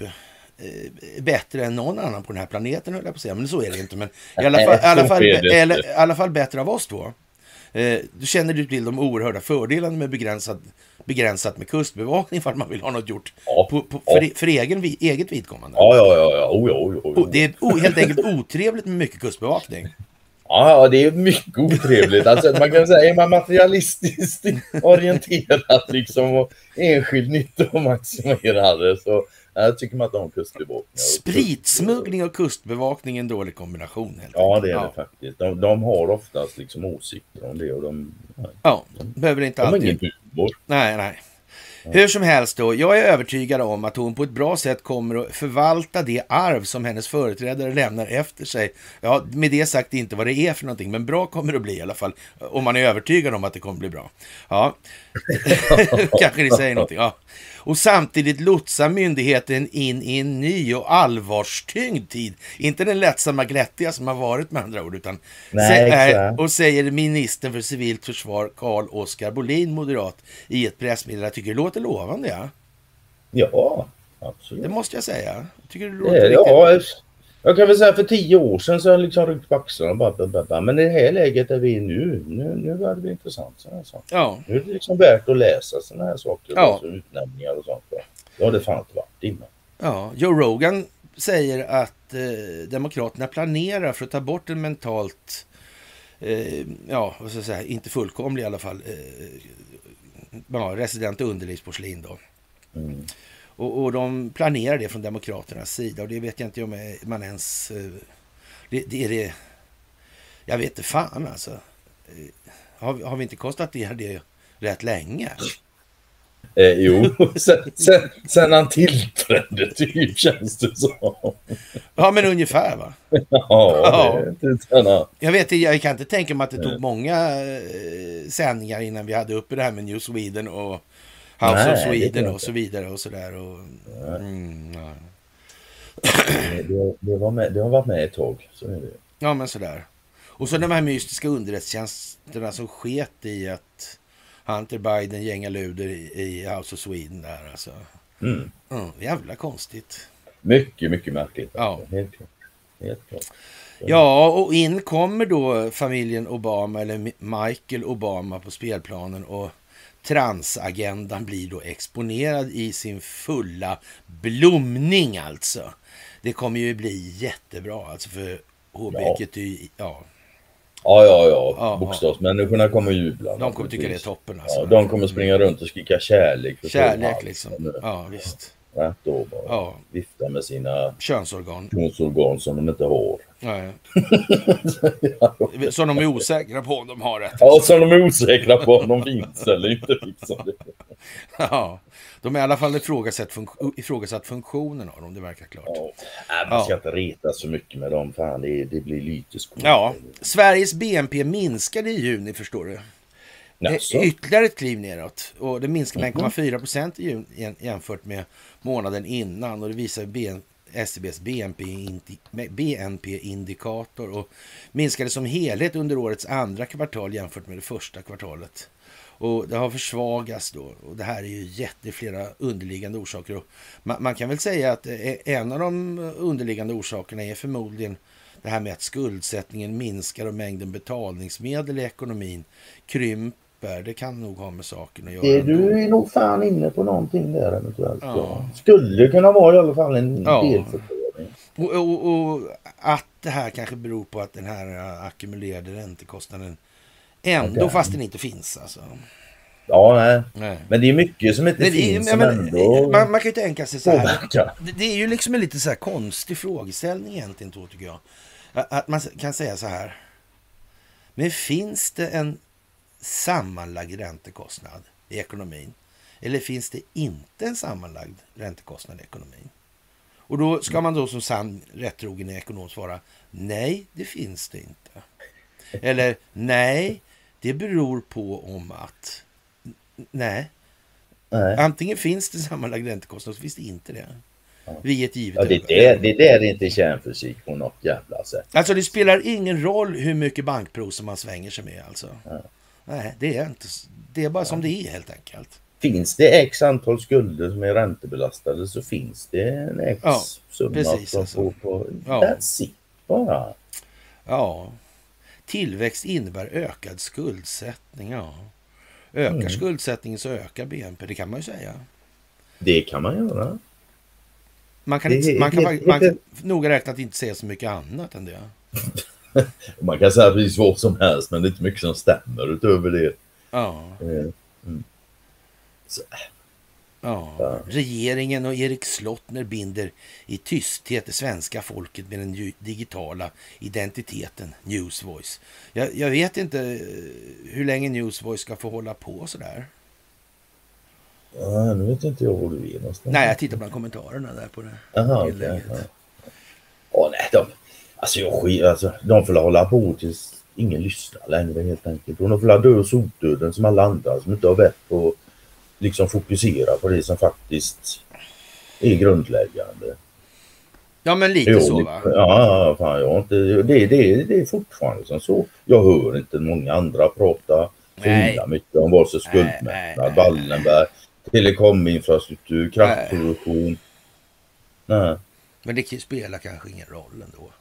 bättre än någon annan på den här planeten, höll jag på att säga, men så är det inte, men i alla fall, i alla fall, eller, i alla fall bättre av oss då. Eh, du känner du till de oerhörda fördelarna med begränsat, begränsat med kustbevakning för att man vill ha något gjort ja, på, på, för, ja. för egen, eget vidkommande. Ja, ja, ja. ja. Oh, oh, oh, oh. Det är o, helt enkelt otrevligt med mycket kustbevakning. Ja, det är mycket otrevligt. Alltså, man kan säga, är man materialistiskt orienterad liksom, och enskild nyttomaximerare så jag tycker man att de kustbevakning. Spritsmuggling och kustbevakning är en dålig kombination. Helt ja, enkelt. det är ja. det faktiskt. De, de har oftast liksom åsikter om det. Och de, ja, de behöver inte de alltid. Ingen humor. Nej, nej. Ja. Hur som helst då, jag är övertygad om att hon på ett bra sätt kommer att förvalta det arv som hennes företrädare lämnar efter sig. Ja, med det sagt inte vad det är för någonting, men bra kommer det att bli i alla fall. Om man är övertygad om att det kommer att bli bra. Ja, kanske det säger någonting, ja. Och samtidigt lotsa myndigheten in i en ny och allvarstyngd tid. Inte den lättsamma glättiga som har varit med andra ord, utan Nej, sä- och säger ministern för civilt försvar Carl Oskar Bolin, moderat, i ett pressmeddelande. Jag tycker det låter lovande, ja. Ja, absolut. Det måste jag säga. Jag tycker det låter det, ja, jag kan väl säga för tio år sedan så har jag liksom ryckt på axlarna och bara, bara, bara. Men i det här läget är vi nu. Nu, nu börjar det bli intressant. Så ja. Nu är det liksom värt att läsa sådana här saker. Ja. Alltså utnämningar och sånt. Det har det fan inte varit innan. Ja, Joe Rogan säger att eh, Demokraterna planerar för att ta bort en mentalt eh, ja, vad ska jag säga, inte fullkomlig i alla fall eh, ja, resident underlivsporslin då. Mm. Och, och de planerar det från Demokraternas sida. Och det vet jag inte om man ens... Det, det är det... Jag vet inte fan alltså. Har, har vi inte konstaterat det rätt länge? Eh, jo, sen, sen, sen han tillträdde typ känns det så. Ja, men ungefär va? Ja, ja. Det, det, jag vet jag kan inte tänka mig att det tog många eh, sändningar innan vi hade uppe det här med New Sweden och House Nej, of Sweden och så vidare och sådär. Och, mm, ja. det, det, var med, det har varit med ett tag, så är det. Ja, men sådär. Och så de här mystiska underrättelsetjänsterna som sket i att Hunter Biden gängar luder i, i House of Sweden där alltså. Mm. Mm, jävla konstigt. Mycket, mycket märkligt. Ja. Helt klart. Helt klart. Ja, och in kommer då familjen Obama eller Michael Obama på spelplanen och transagendan blir då exponerad i sin fulla blomning alltså. Det kommer ju bli jättebra alltså för H B Q T, ja. Ja, ja, ja. Ja, Bokstavsmänniskorna kommer jubla. De kommer tycka det är toppen alltså. Ja, de kommer springa runt och skrika kärlek. För Kärlek liksom. Ja, visst. Rätt då bara. Ja. Vifta med sina könsorgan. könsorgan som de inte har. Nej. Så de är osäkra på om de har rätt. Ja, så de är osäkra på om de finns eller inte. Liksom. Ja, de är i alla fall ifrågasatt, fun- ifrågasatt funktionen av dem, det verkar klart. Ja. Nej, man ska ja. inte reta så mycket med dem, fan, det, det blir lite skoj. Ja, Sveriges B N P minskade i juni, förstår du. Jaså. Ytterligare ett kliv neråt. Och det minskade med en komma fyra procent i juni jämfört med månaden innan. Och det visar B N- S C B:s B N P-indikator och minskade som helhet under årets andra kvartal jämfört med det första kvartalet. Och det har försvagats då. Och det här är ju jätteflera underliggande orsaker. Och man, man kan väl säga att en av de underliggande orsakerna är förmodligen det här med att skuldsättningen minskar och mängden betalningsmedel i ekonomin krymper. Det kan nog ha med saken att göra. Det, du är nog fan inne på någonting där eventuellt. Ja. Skulle kunna vara i alla fall en ja. delförklaring. Och, och, och att det här kanske beror på att den här ackumulerade räntekostnaden ändå, okay. fast den inte finns alltså. Ja, nej. nej. Men det är mycket som inte men finns är, som men, ändå... Man, man kan ju tänka sig så här. Det, det är ju liksom en lite så här konstig frågeställning egentligen, då, tycker jag. Att man kan säga så här. Men finns det en sammanlagd räntekostnad i ekonomin? Eller finns det inte en sammanlagd räntekostnad i ekonomin? Och då ska man då som sann rättrogen ekonom svara nej, det finns det inte. Eller nej, det beror på om att nej. nej. Antingen finns det sammanlagd räntekostnad så finns det inte det. Ja. Vi är ett givet ja, det, är, det, det är inte kärnfysik på något jävla sätt. Alltså det spelar ingen roll hur mycket bankprov som man svänger sig med alltså. Ja. Nej, det är inte. Det är bara ja. som det är helt enkelt. Finns det x antal skulder som är räntebelastade så finns det en x ja, summa precis, på, alltså. på ja. that's it bara. Ja. Tillväxt innebär ökad skuldsättning, ja. Ökar mm. skuldsättningen så ökar B N P, det kan man ju säga. Det kan man göra. Man kan, inte, man kan, man kan, man kan noga räknat inte säga så mycket annat än det. Man kan säga precis vad som helst, men det är inte mycket som stämmer utöver det. Ja. Mm. Så. Ja. ja. Regeringen och Erik Slottner binder i tysthet det svenska folket med den digitala identiteten Newsvoice. Jag, jag vet inte hur länge Newsvoice ska få hålla på sådär. Ja, nu vet inte jag var du är någonstans. Nej, jag tittar bland kommentarerna där på det. Jaha, okej. Okay, ja. Åh nej, de, alltså jag skit, alltså, de får hålla på tills ingen lyssnar längre helt enkelt. Och de får dö och sotdöden som alla andra som inte har vett på liksom fokusera på det som faktiskt är grundläggande. Ja, men lite jo, så va? Ja, fan, jag inte, det, det, det är fortfarande som så. Jag hör inte många andra prata så himla mycket om vare sig skuldmättnad, Wallenberg, telekominfrastruktur, kraftproduktion. Nej. Nej. Men det spelar kanske ingen roll ändå.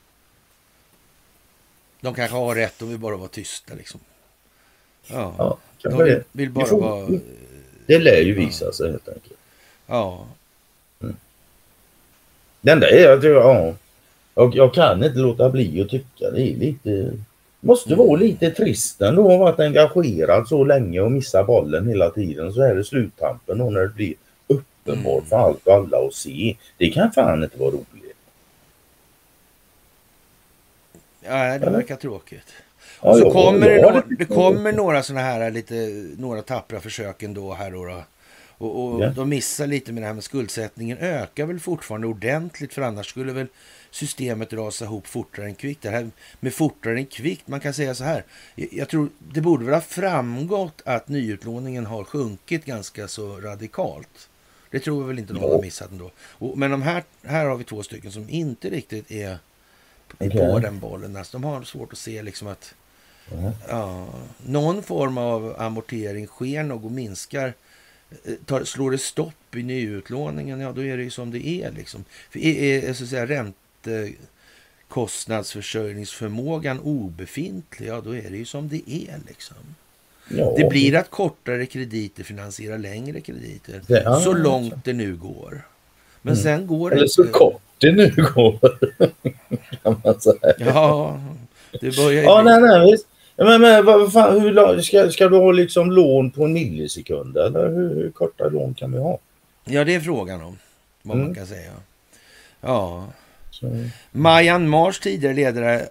De kanske har rätt om vi bara var tysta liksom. Ja, ja de vill, vill bara får, vara... Det lär ju visa ja. sig helt enkelt. Ja. Mm. Den där är att ja. Och jag kan inte låta bli att tycka det är lite... Måste mm. vara lite trist ändå att ha varit engagerad så länge och missa bollen hela tiden. Så är det sluttampen och när det blir uppenbart mm. för allt och alla att se. Det kan fan inte vara roligt. Ja, det verkar tråkigt. Ja, och så ja, kommer ja, det, några, det, det kommer några såna här lite, några tappra försök ändå här då. då. Och, och ja. de missar lite med det här med skuldsättningen. Ökar väl fortfarande ordentligt, för annars skulle väl systemet rasa ihop fortare än kvickt. Det här med fortare än kvickt, man kan säga så här. Jag tror det borde väl ha framgått att nyutlåningen har sjunkit ganska så radikalt. Det tror jag väl inte någon ja. har missat ändå. Och, men de här, här har vi två stycken som inte riktigt är okay. på den bollen. Alltså, de har svårt att se liksom att mm. ja, någon form av amortering sker nog och minskar. Tar, slår det stopp i nyutlåningen, ja då är det ju som det är liksom. För är, är så att säga räntekostnadsförsörjningsförmågan obefintlig, ja då är det ju som det är liksom. Ja. Det blir att kortare krediter finansierar längre krediter. Det, ja, så långt det nu går. Men mm. sen går det Eller så kort det nu går. Kan man säga. Ja, det börjar ju ja, nej, nej, visst. Men, men vad fan, hur, ska, ska du ha liksom lån på en millisekund eller hur, hur korta lån kan vi ha? Ja, det är frågan om vad mm. man kan säga. Ja. Så. Myanmars tidigare ledare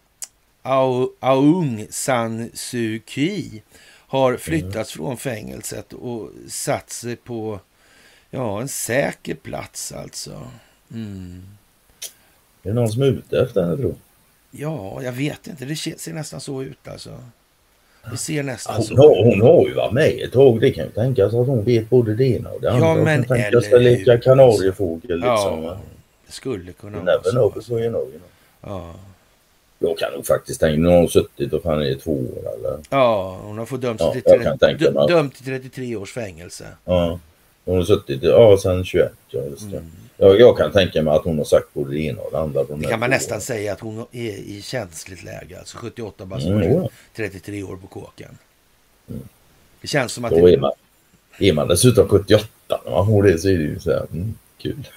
Aung San Suu Kyi har flyttats mm. från fängelset och satt sig på ja, en säker plats alltså. Mm. Det är någon som är ute efter henne, tror jag. Ja, jag vet inte. Det ser nästan så ut alltså. Det ser nästan hon så har, hon har ju varit med ett tag. Det kan ju tänkas att hon vet både det ena och det andra. Ja, men hon tänker ska leka kanariefågel liksom. Ja, det skulle kunna vara så. Know, alltså. you know, you know. Ja. Jag kan nog faktiskt tänka när hon har suttit och fan är två år eller? Ja, hon har fått dömt ja, till, trettio, dö, dömt till trettiotre års fängelse. Ja, hon har suttit ja, sedan tjugoett. Ja, just det. Mm. Jag, jag kan tänka mig att hon har sagt både det ena och det andra. Det kan man nästan år. säga att hon är i känsligt läge. Alltså sjuttioåtta bara mm, ja. trettiotre år på kåken. Mm. Det känns som att... Då det... är, man, är man dessutom sjuttioåtta när man får det så är det ju så här, mm, kul.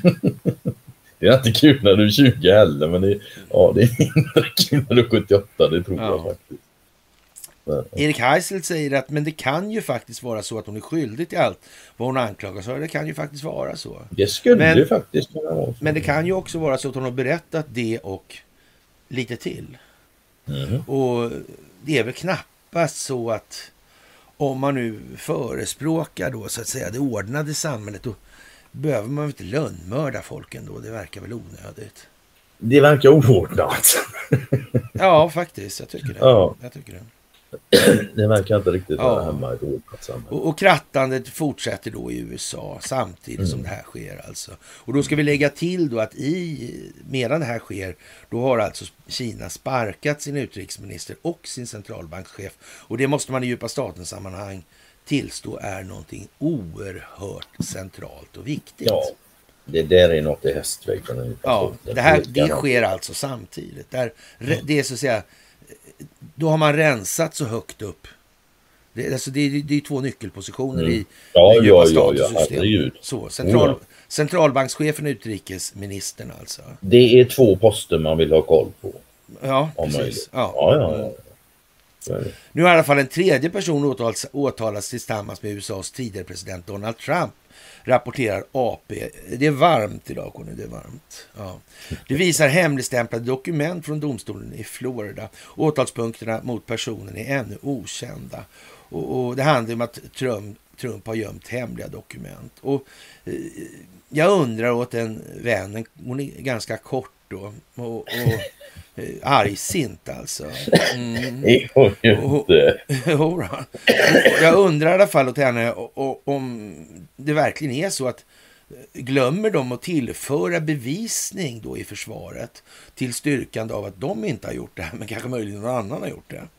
Det är inte kul när du är tjugo heller, men det är, ja, det är mindre kul när du är sjuttioåtta, det tror ja. jag faktiskt. Men, Erik Heisel säger att men det kan ju faktiskt vara så att hon är skyldig till allt vad hon anklagas för. Det kan ju faktiskt vara så. Det skulle men, det faktiskt kunna vara så. Men det kan ju också vara så att hon har berättat det och lite till. Mm. Och det är väl knappast så att om man nu förespråkar då så att säga det ordnade samhället, då behöver man inte lönnmörda folk ändå. Det verkar väl onödigt. Det verkar oordnat. Ja, faktiskt. Jag tycker det. Ja. Jag tycker det. Det verkar inte riktigt vara ja. hemma i ett ordnat samhälle. Och, och krattandet fortsätter då i U S A samtidigt mm. som det här sker alltså. Och då ska vi lägga till då att i, medan det här sker, då har alltså Kina sparkat sin utrikesminister och sin centralbankschef. Och det måste man i djupa statens sammanhang tillstå är någonting oerhört centralt och viktigt. Ja, det där är något i hästväggen. Ja, det här det sker alltså samtidigt. Där, mm. Det är så att säga, då har man rensat så högt upp. Det, alltså det, det, det är två nyckelpositioner mm. i ja, det djupa ja, ja, ja, så, central, mm. Centralbankschefen och utrikesministern alltså. Det är två poster man vill ha koll på. Ja, precis. Ja. Ja, ja, ja. Nu har i alla fall en tredje person åtalas, åtalas tillsammans med U S A:s tidigare president Donald Trump, rapporterar A P. Det är varmt idag, Conny, det är varmt. Ja. Det visar hemligstämplade dokument från domstolen i Florida. Åtalspunkterna mot personen är ännu okända. Och, och det handlar om att Trump, Trump har gömt hemliga dokument. Och eh, jag undrar åt en vän, hon är ganska kort då, och, och argsint alltså. Mm. Jo, inte. Jag undrar i alla fall åt henne om det verkligen är så att glömmer de att tillföra bevisning då i försvaret till styrkande av att de inte har gjort det här, men kanske möjligen någon annan har gjort det.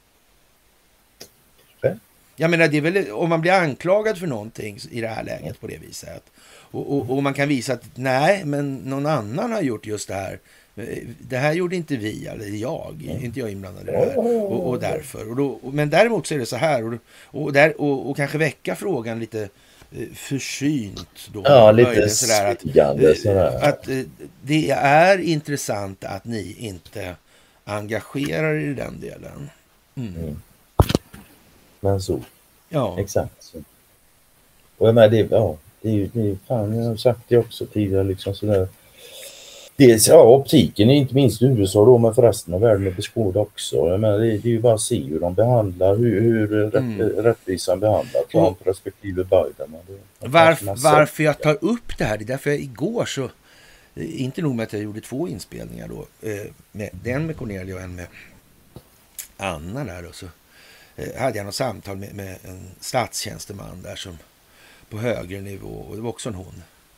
Jag menar, det är väl om man blir anklagad för någonting i det här läget på det viset. Och, och, och man kan visa att nej, men någon annan har gjort just det här. Det här gjorde inte vi, eller jag, mm. inte jag inblandad i det här. Och, och därför. Och då, men däremot så är det så här, och, och, där, och, och kanske väcka frågan lite försynt då. Ja, lite sådär att, spigande, sådär. Att det är intressant att ni inte engagerar i den delen. Mm. Mm. Men så. Ja. Exakt så. Och jag menar, det, ja, det är ju, det är fan, jag har sagt det också tidigare, liksom sådär. Dels, ja, optiken är inte minst i U S A då, men för resten av världen är beskåda också. Jag menar, det, det är ju bara att se hur de behandlar, hur, hur mm. rätt, rättvisan behandlar Trump och respektive Biden. Varf, varför jag tar upp det här, det är därför jag igår så, inte nog med att jag gjorde två inspelningar då, med, en med Cornelia och en med Anna där, och så hade jag något samtal med, med en statstjänsteman där som på högre nivå, och det var också en hon.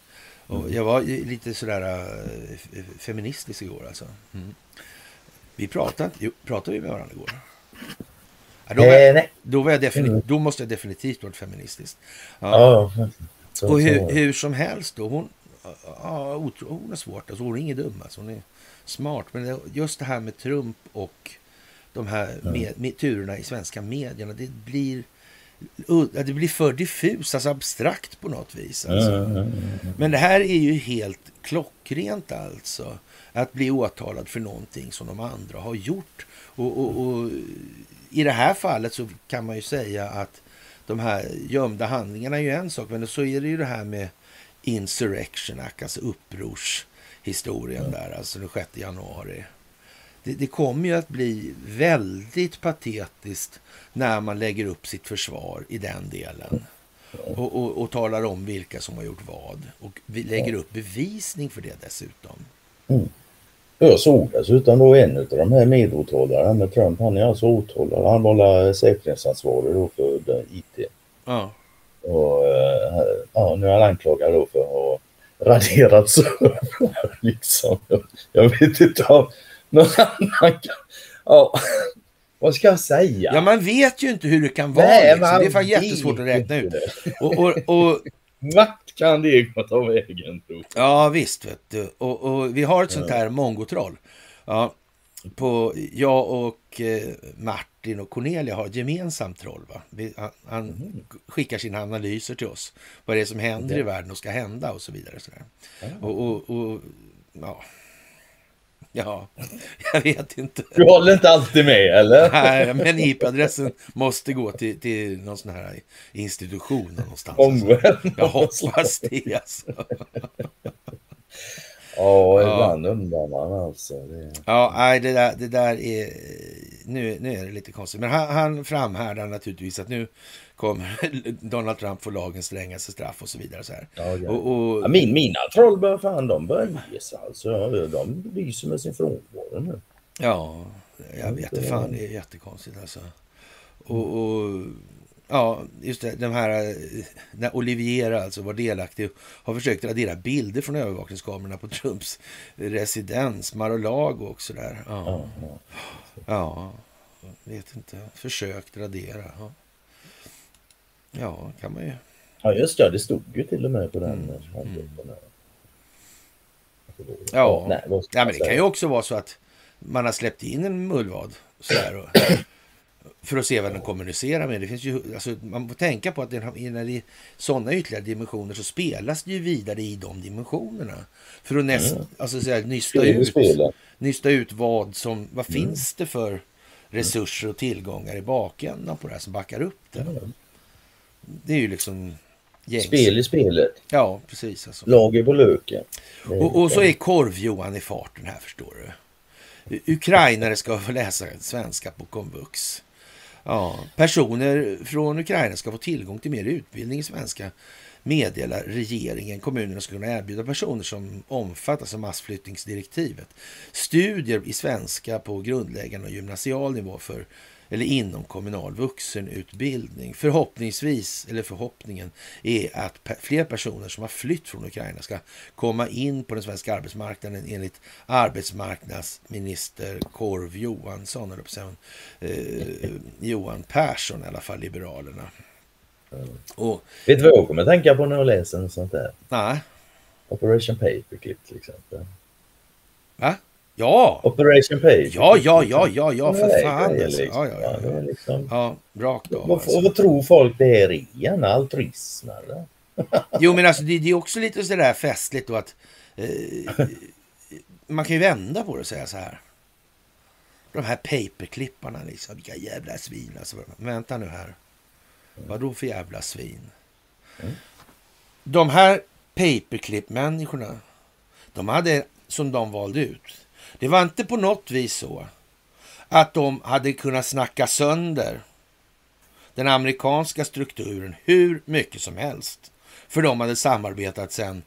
Och jag var lite sådär uh, feministisk igår alltså. Mm. Vi pratade, jo, pratade vi med varandra igår. Ja, då, var jag, då, var jag definitivt, då måste jag definitivt vara feministisk. Ja. Ja, och hur, hur som helst då, hon, ja, hon är svårt, alltså, hon är ingen dum, alltså, hon är smart. Men just det här med Trump och de här med, med, turerna i svenska medierna, det blir, det blir för diffus, alltså abstrakt på något vis. Alltså. Mm, mm, mm. Men det här är ju helt klockrent alltså. Att bli åtalad för någonting som de andra har gjort. Och, och, och i det här fallet så kan man ju säga att de här gömda handlingarna är ju en sak. Men så är det ju det här med Insurrection Act, alltså upprorshistorien mm. där, alltså den sjätte januari. Det, det kommer ju att bli väldigt patetiskt när man lägger upp sitt försvar i den delen. Och, och, och talar om vilka som har gjort vad. Och vi lägger upp bevisning för det dessutom. Mm. Jag såg dessutom då en av de här medåtalare med Trump. Han är alltså åtalad. Han var säkerhetsansvarig då för I T. Ja. Och ja, nu är han anklagad då för att ha raderat servrar liksom. Jag vet inte om någon annan kan... Ja, vad ska jag säga? Ja, man vet ju inte hur det kan vara. Nej, liksom. Det är fan jättesvårt att räkna ut. Och, och, och... Vart kan det gå ta vägen? Tror jag. Ja, visst vet du. Och, och vi har ett sånt här mongotroll. Ja, på, jag och eh, Martin och Cornelia har ett gemensamt troll. Va? Vi, han han mm. skickar sina analyser till oss. Vad det är som händer det. i världen och ska hända och så vidare. Så mm. och, och, och ja... Ja, jag vet inte. Du håller inte alltid med, eller? Nej, men I P-adressen måste gå till, till någon sån här institution någonstans. Alltså. Jag hoppas det, alltså. Ja, ibland ja. undrar man alltså. Det... Ja, nej, det där, det där är... Nu, nu är det lite konstigt. Men han, han framhärdar naturligtvis att nu kommer Donald Trump få lagens strängaste straff och så vidare. Så här. Ja, ja. Och, och... Ja, min, mina troll bör fan, de börjar ge sig alltså. De lyser med sin frånvaro nu. Ja, jag vet det fan. Det är jättekonstigt alltså. Och... och... Ja, just det, de här, när Olivier alltså var delaktig har försökt radera bilder från övervakningskamerorna på Trumps residens, Mar-a-Lago och så där. Ja, ja, ja vet inte, försökt radera. Ja. ja, kan man ju. Ja, just det, det stod ju till och med på den. Mm. Mm. Ja, Nej, ja, men det kan ju också vara så att man har släppt in en mullvad så där och för att se vad den kommunicerar med. Det finns ju, alltså, man får tänka på att det, när det är sådana ytterligare dimensioner så spelas det ju vidare i de dimensionerna. För att näst, mm. alltså, så här, nysta, ut, nysta ut vad som vad mm. finns det för resurser och tillgångar i bakändan på det här som backar upp det. Mm. Det är ju liksom gängs. Spel i spelet. Ja, precis. Alltså. Lager på löken. Och, och så är Korv-Johan i farten här, förstår du. Ukrainare ska få läsa svenska på komvux. Ja, personer från Ukraina ska få tillgång till mer utbildning i svenska, meddelar regeringen. Kommunerna ska kunna erbjuda personer som omfattas av massflyttningsdirektivet studier i svenska på grundläggande och gymnasial nivå för eller inom kommunal vuxenutbildning. Förhoppningsvis, eller förhoppningen är att pe- fler personer som har flytt från Ukraina ska komma in på den svenska arbetsmarknaden enligt arbetsmarknadsminister Korv Johansson, eller på eh, Johan Persson i alla fall, Liberalerna. Mm. Och, vet du vad jag kommer tänka på när jag läser en sånt där? Nej. Operation Paperclip till exempel. Va? Ja! Operation Paperclip. Ja, ja, ja, ja, ja, för Nej, fan. Det är liksom. liksom, ja, ja, ja. Ja, det är liksom, ja, rakt av. Vad, alltså. vad tror folk det är igen? Altruism eller? Jo, men alltså det, det är också lite sådär festligt då att eh, man kan ju vända på det och säga så här. De här paperklipparna liksom, vilka jävla svin alltså. Vänta nu här. Vad då för jävla svin? Mm. De här paperclip-människorna, de hade, som de valde ut, det var inte på något vis så att de hade kunnat snacka sönder den amerikanska strukturen hur mycket som helst. För de hade samarbetat sedan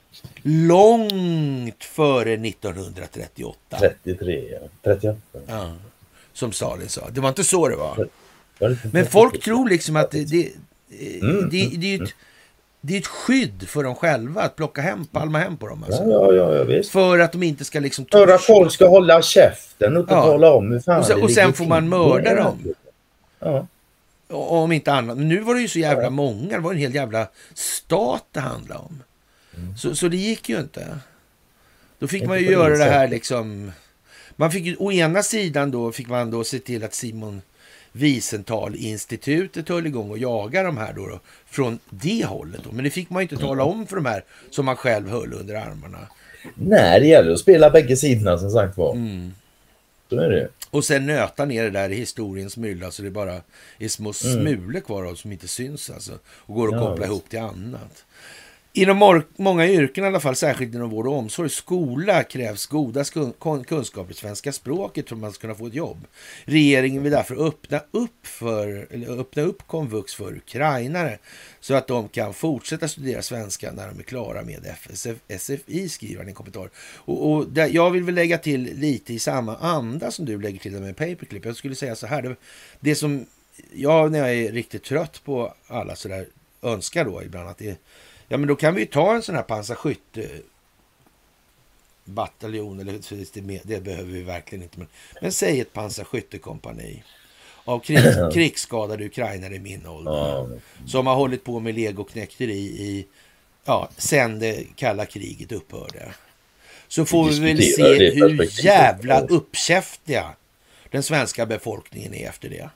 långt före nittonhundratrettioåtta. trettiotre, ja. trettioåtta. Ja, som Stalin sa. Det var inte så det var. Men folk tror liksom att det, det, mm, det, det är ett det är ett skydd för dem själva att plocka hem, palma hem på dem. Alltså. Ja, ja, ja, visst. För att de inte ska liksom... För att folk ska hålla käften och inte Ja. tala om hur fan Och sen, det och sen ligger får man till. mörda dem. Ja. Och, om inte annat. Men nu var det ju så jävla ja. många. Det var en hel jävla stat det handlade om. Mm. Så, så det gick ju inte. Då fick inte man ju göra det här liksom... Man fick ju, å ena sidan då fick man då se till att Simon Wiesenthal-institutet höll igång och jaga de här då, då från det hållet då. Men det fick man ju inte tala om för de här som man själv höll under armarna. Nej, det gäller att spela bägge sidorna som sagt var. Mm. Så är det. Och sen nöta ner det där i historiens mylla så det bara är små smulor kvar av som inte syns alltså. Och går att ja, koppla visst. ihop till annat. Inom många yrken i alla fall, särskilt inom vård och omsorg, skola krävs goda kunskaper i svenska språket för att man ska kunna få ett jobb. Regeringen vill därför öppna upp, för, eller öppna upp komvux för ukrainare så att de kan fortsätta studera svenska när de är klara med S F I, skriver han i en kommentar. Och, och där, jag vill väl lägga till lite i samma anda som du lägger till det med paperclip. Jag skulle säga så här, det, det som jag när jag är riktigt trött på alla så där önskar då ibland att det är ja, men då kan vi ju ta en sån här pansarskyttebataljon, eller det, det behöver vi verkligen inte. Men, men säg ett pansarskyttekompani av krig, krigsskadade ukrainare i min ålder. Mm. Som har hållit på med legoknäkteri i, ja, sen det kalla kriget upphörde. Så får vi, vi väl se hur jävla uppkäftiga den svenska befolkningen är efter det.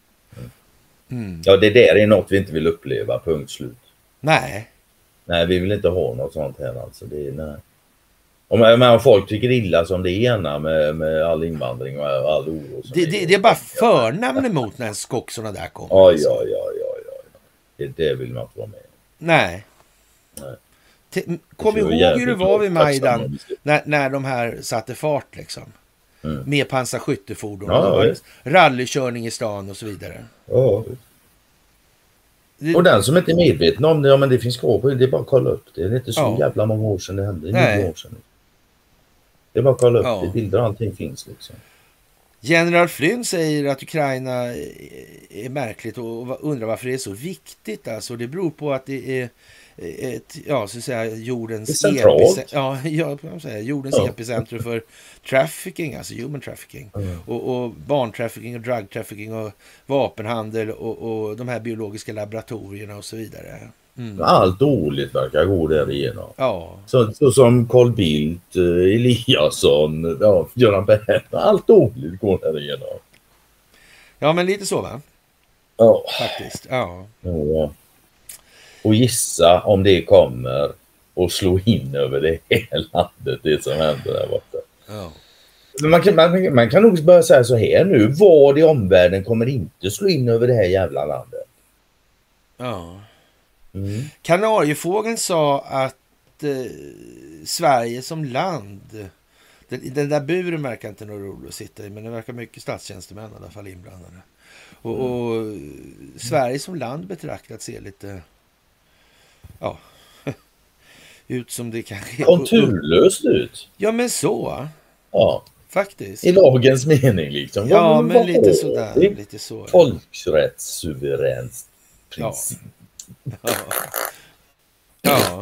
Mm. Ja, det där är något vi inte vill uppleva, punkt slut. Nej. Nej, vi vill inte ha något sånt här alltså. Det är, nej. Om, om folk tycker illa som det ena med, med all invandring och all oro. Det, det, det är bara förnamn emot när skoxorna där kommer. Ja, ja, ja, ja, ja. Det, det vill man inte vara med. Nej. Nej. T- Kom ihåg hur det var vid Majdan när, när de här satte fart liksom. Mm. Med pansarskyttefordon. Ja, ja, rallykörning i stan och så vidare. Ja, och den som inte är medveten om det, ja men det finns kvar på det, är bara att kolla upp det. Det är inte så ja. jävla många år sedan det hände. Nej. År sedan. Det är bara att kolla upp ja. det, bilder och allting finns liksom. General Flynn säger att Ukraina är märkligt och undrar varför det är så viktigt. Alltså det beror på att det är ett, ja, så att säga, jordens epicentrum, ja, jag kan säga, jordens ja. epicentrum för trafficking, alltså human trafficking. Mm. Och, och barntrafficking och drug trafficking och vapenhandel och, och de här biologiska laboratorierna och så vidare. Mm. Allt dåligt verkar gå där igenom. Ja. Så, så som Carl Bildt, Eliasson, ja, Göran Persson, allt dåligt går där igenom. Ja, men lite så va? Ja. Faktiskt, ja. Ja. Och gissa om det kommer och slå in över det hela landet, det som händer där borta. Ja. Man kan, man, man kan nog börja säga så här nu, vad i omvärlden kommer inte slå in över det här jävla landet? Ja. Mm. Kanariefågeln sa att eh, Sverige som land, den, den där buren verkar inte något roligt att sitta i, men det verkar mycket statstjänstemän i alla fall inblandade. Och, mm. och Sverige som land betraktat ser lite ja ut som det kanske konturlöst ut. Ja, men så. Ja. Faktiskt. I lagens mening liksom. Ja, ja men, men lite sådär. Lite så. Folkrättssuveränt princip. Ja. Ja.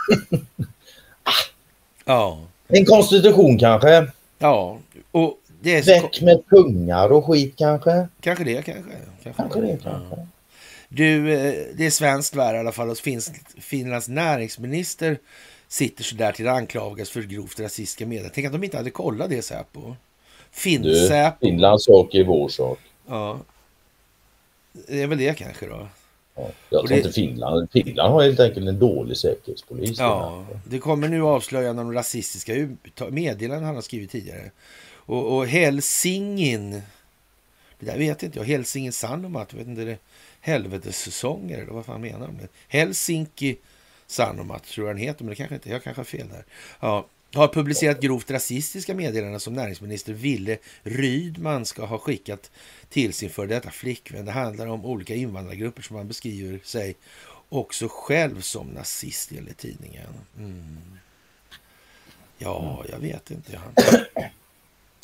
Ja. En konstitution kanske. Ja. Och det är så väck med pungar och skit kanske. Kanske det, kanske. Kanske, kanske det, kanske. Ja. Du, det är svenskt värld i alla fall. Och finns, Finlands näringsminister sitter så där till anklagas för grovt rasistiska medel. Tänk att de inte hade kollat det Säpo. Finsäpo. Finlands sak är vår sak. Ja. Det är väl det kanske då. Ja, jag tror det... inte Finland. Finland har helt enkelt en dålig säkerhetspolis. Ja, det kommer nu avslöjande om rasistiska meddelanden han har skrivit tidigare. Och, och Helsingin, det där vet inte jag, Helsingin Sanomat, vet inte det helvetessäsonger eller vad fan menar de? Helsinki Sanomat tror jag den heter, men det kanske inte, jag kanske har fel där. Ja, har publicerat grovt rasistiska meddelanden som näringsminister Ville Rydman ska ha skickat till sin för detta flickvän. Det handlar om olika invandrargrupper som man beskriver sig också själv som nazist enligt tidningen. Mm. Ja, jag vet inte.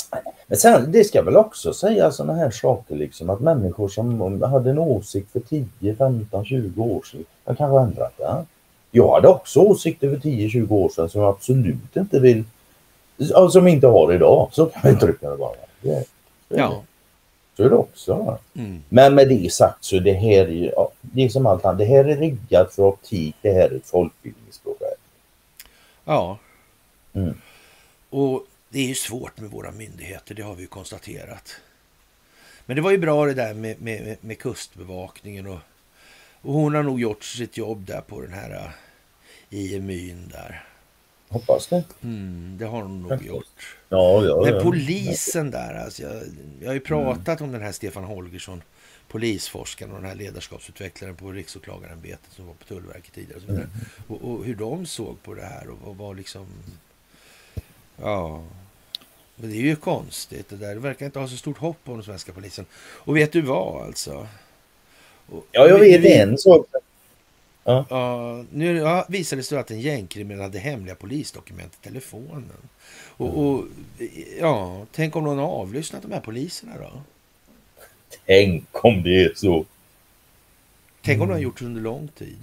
Men sen, det ska väl också säga sådana här saker liksom, att människor som hade en åsikt för tio, femton, tjugo år sedan, de kanske har ändrat det. Jag hade också åsikter för tio, tjugo år sedan som jag absolut inte vill, som inte har idag. Så kan jag trycka det bara. Det, det, Ja. Så är det också. Mm. Men med det sagt så det här är ju, ja, det är som allt annat. Det här är riggat för optik. Det här är ett folkbildningsprojekt. Ja. Mm. Och det är ju svårt med våra myndigheter, det har vi ju konstaterat. Men det var ju bra det där med, med, med kustbevakningen och, och hon har nog gjort sitt jobb där på den här uh, I M Yn där. Hoppas det. Mm, det har hon nog Hoppas. gjort. Ja, ja, Men ja. polisen där, alltså, jag, jag har ju pratat mm. om den här Stefan Holgersson, polisforskaren och den här ledarskapsutvecklaren på Riksåklagarämbetet som var på Tullverket tidigare. Och, så vidare. Mm. och, och hur de såg på det här och, och var liksom... Ja, men det är ju konstigt det där. Det verkar inte ha så stort hopp om den svenska polisen. Och vet du vad alltså? Och, ja, jag vet vi, en sak. Ja. Uh, nu ja, visade det sig att en gängkriminell hade hemliga polisdokument i telefonen. Och, och ja, tänk om någon har avlyssnat de här poliserna då? Tänk om det är så. Tänk om de har gjort det under lång tid.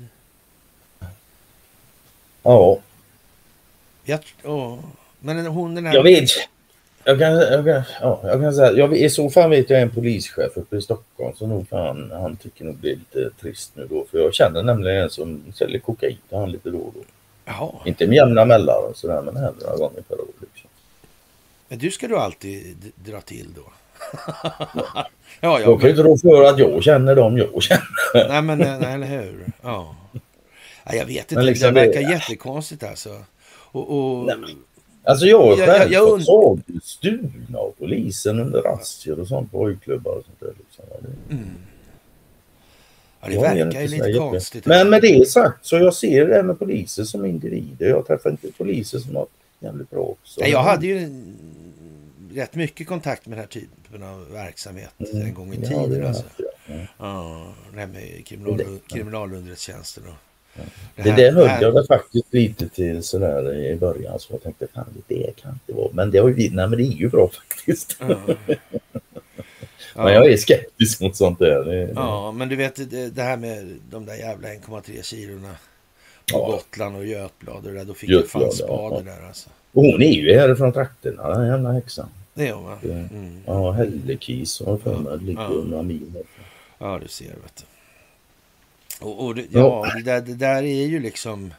Ja. Jag, oh, men hon den här... Jag vet. Jag kan, jag kan, ja, jag kan säga, jag, i så fall vet jag en polischef uppe i Stockholm så nog fan, han tycker nog det är lite trist nu då. För jag känner nämligen en som säljer kokain till han lite då och då. Jaha. Inte med jämna mellan och sådär, men händer några gånger per år liksom. Men du ska du alltid dra till då? ja, ja, jag kan ju inte rå för att jag känner dem jag känner. nej, men nej, eller hur? Ja. ja jag vet inte, liksom det verkar det... jättekonstigt alltså. Och, och... Nej, men... Alltså jag har själv jag, fått jag, jag... stulna av polisen under razzior och sånt på hojklubbar och sånt där liksom. Mm. Ja, det jag verkar ju lite säga. Konstigt. Men med det sagt så jag ser det med poliser som individer. Jag träffar inte poliser som har jävligt bra också. Nej, jag hade ju rätt mycket kontakt med den här typen av verksamhet mm. en gång i tiden. Ja, det, alltså. mm. ja, det här med kriminal, det, kriminalunderrättelsetjänsten och ja. Det, det där höll jag faktiskt lite till sådär i början så jag tänkte fan det kan inte vara. Men det, har ju, nej, men det är ju bra faktiskt. Ja. Men ja. Jag är skeptisk mot sånt där. Det, ja, men du vet det, det här med de där jävla en komma tre kilorna på ja. Gotland och Götblad och där, då fick jag fan spader ja. Där alltså. Och hon är ju härifrån trakterna, den jävla häxan. Det är hon va? Mm. Ja, Hällekis och för mig ligger under min. Ja, du ser vet du. Och, och det, ja, ja. Det, där, det där är ju liksom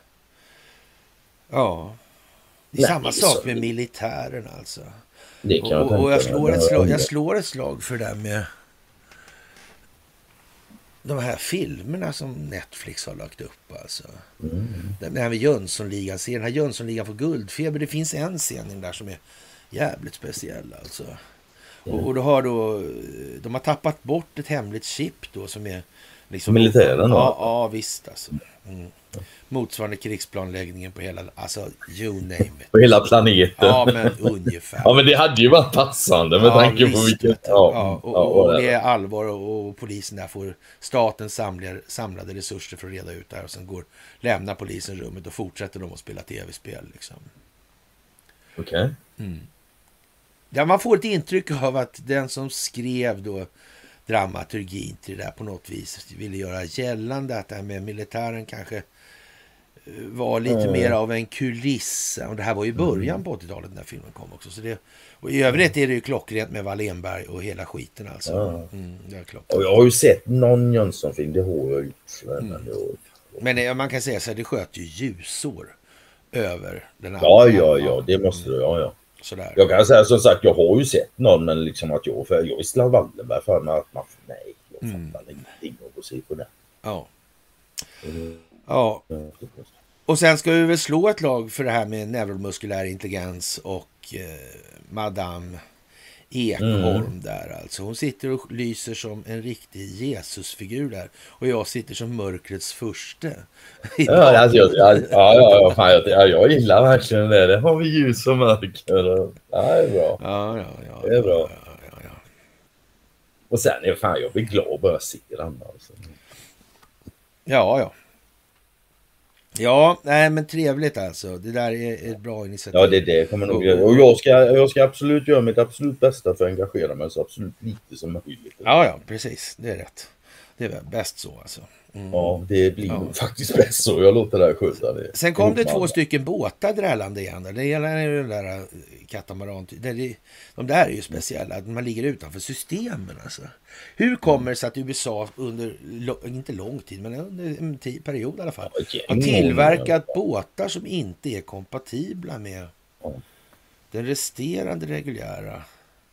ja det är Nej, samma sak med militären alltså. Det kan jag och, och jag slår ett slag, jag slår ett slag för det med de här filmerna som Netflix har lagt upp alltså. Mm. Den här med Jönssonligan, serien, den här Jönssonligan får guldfeber, det finns en scen där som är jävligt speciell alltså. Mm. Och, och då har då de har tappat bort ett hemligt chip då som är liksom militären då? Ja, ja visst alltså. Mm. Motsvarande krigsplanläggningen på hela, alltså you name it. På hela planeten. Ja, men ungefär. Ja, men det hade ju varit passande med ja, tanke visst, på vilket... Ja, ja, och, och, och det är allvar och, och polisen där får statens samlade, samlade resurser för att reda ut det här och sen går, lämnar polisen rummet och fortsätter de att spela tv-spel liksom. Okej. Okay. Mm. Ja, man får ett intryck av att den som skrev då dramaturgin till det där på något vis ville göra gällande att det här med militären kanske var lite mm. mer av en kuliss. Och det här var ju början på åttiotalet när filmen kom också. Så det, och i övrigt är det ju klockrent med Wallenberg och hela skiten alltså. Mm, det är klart. Och jag har ju sett någon Jönsson-film, det har jag gjort. Mm. Men, det, men man kan säga så här, det sköt ju ljusår över den här. Ja, ja, ja, det måste du, ja, ja. Sådär. Jag kan säga som sagt, jag har ju sett någon, men liksom att jag, för jag är Slav Wallenberg för mig att man, nej, jag mm. fattar ingenting av att se på det. Ja. Mm. Ja. Och sen ska vi väl slå ett lag för det här med neuromuskulär intelligens och eh, Madame Ekholm mm. där alltså. Hon sitter och lyser som en riktig Jesusfigur där. Och jag sitter som mörkrets furste. Ja, alltså, jag, ja, ja, ja, fan, jag, ja, jag gillar verkligen det. Det har vi ljus och mörker. Ja, det är bra. Ja, ja, ja. Det är bra. Ja, ja, ja. Och sen är fan, jag blir glad bara jag ser den alltså. Ja, ja. Ja, nej men trevligt alltså. Det där är ett bra initiativ. Ja, det, det kommer nog göra. Och jag ska, jag ska absolut göra mitt absolut bästa för att engagera mig så absolut lite som möjligt. Ja, ja, precis. Det är rätt. Det är bäst så alltså. Mm. Ja, det blir ja. faktiskt bäst så. Jag låter det här sköta det. Sen kom det två stycken båtar drällande igen. Det gäller ju den där katamaran. De där är ju speciella. Man ligger utanför systemen alltså. Hur kommer det sig att U S A under, inte lång tid, men under en tid, period i alla fall, har tillverkat båtar som inte är kompatibla med den resterande reguljära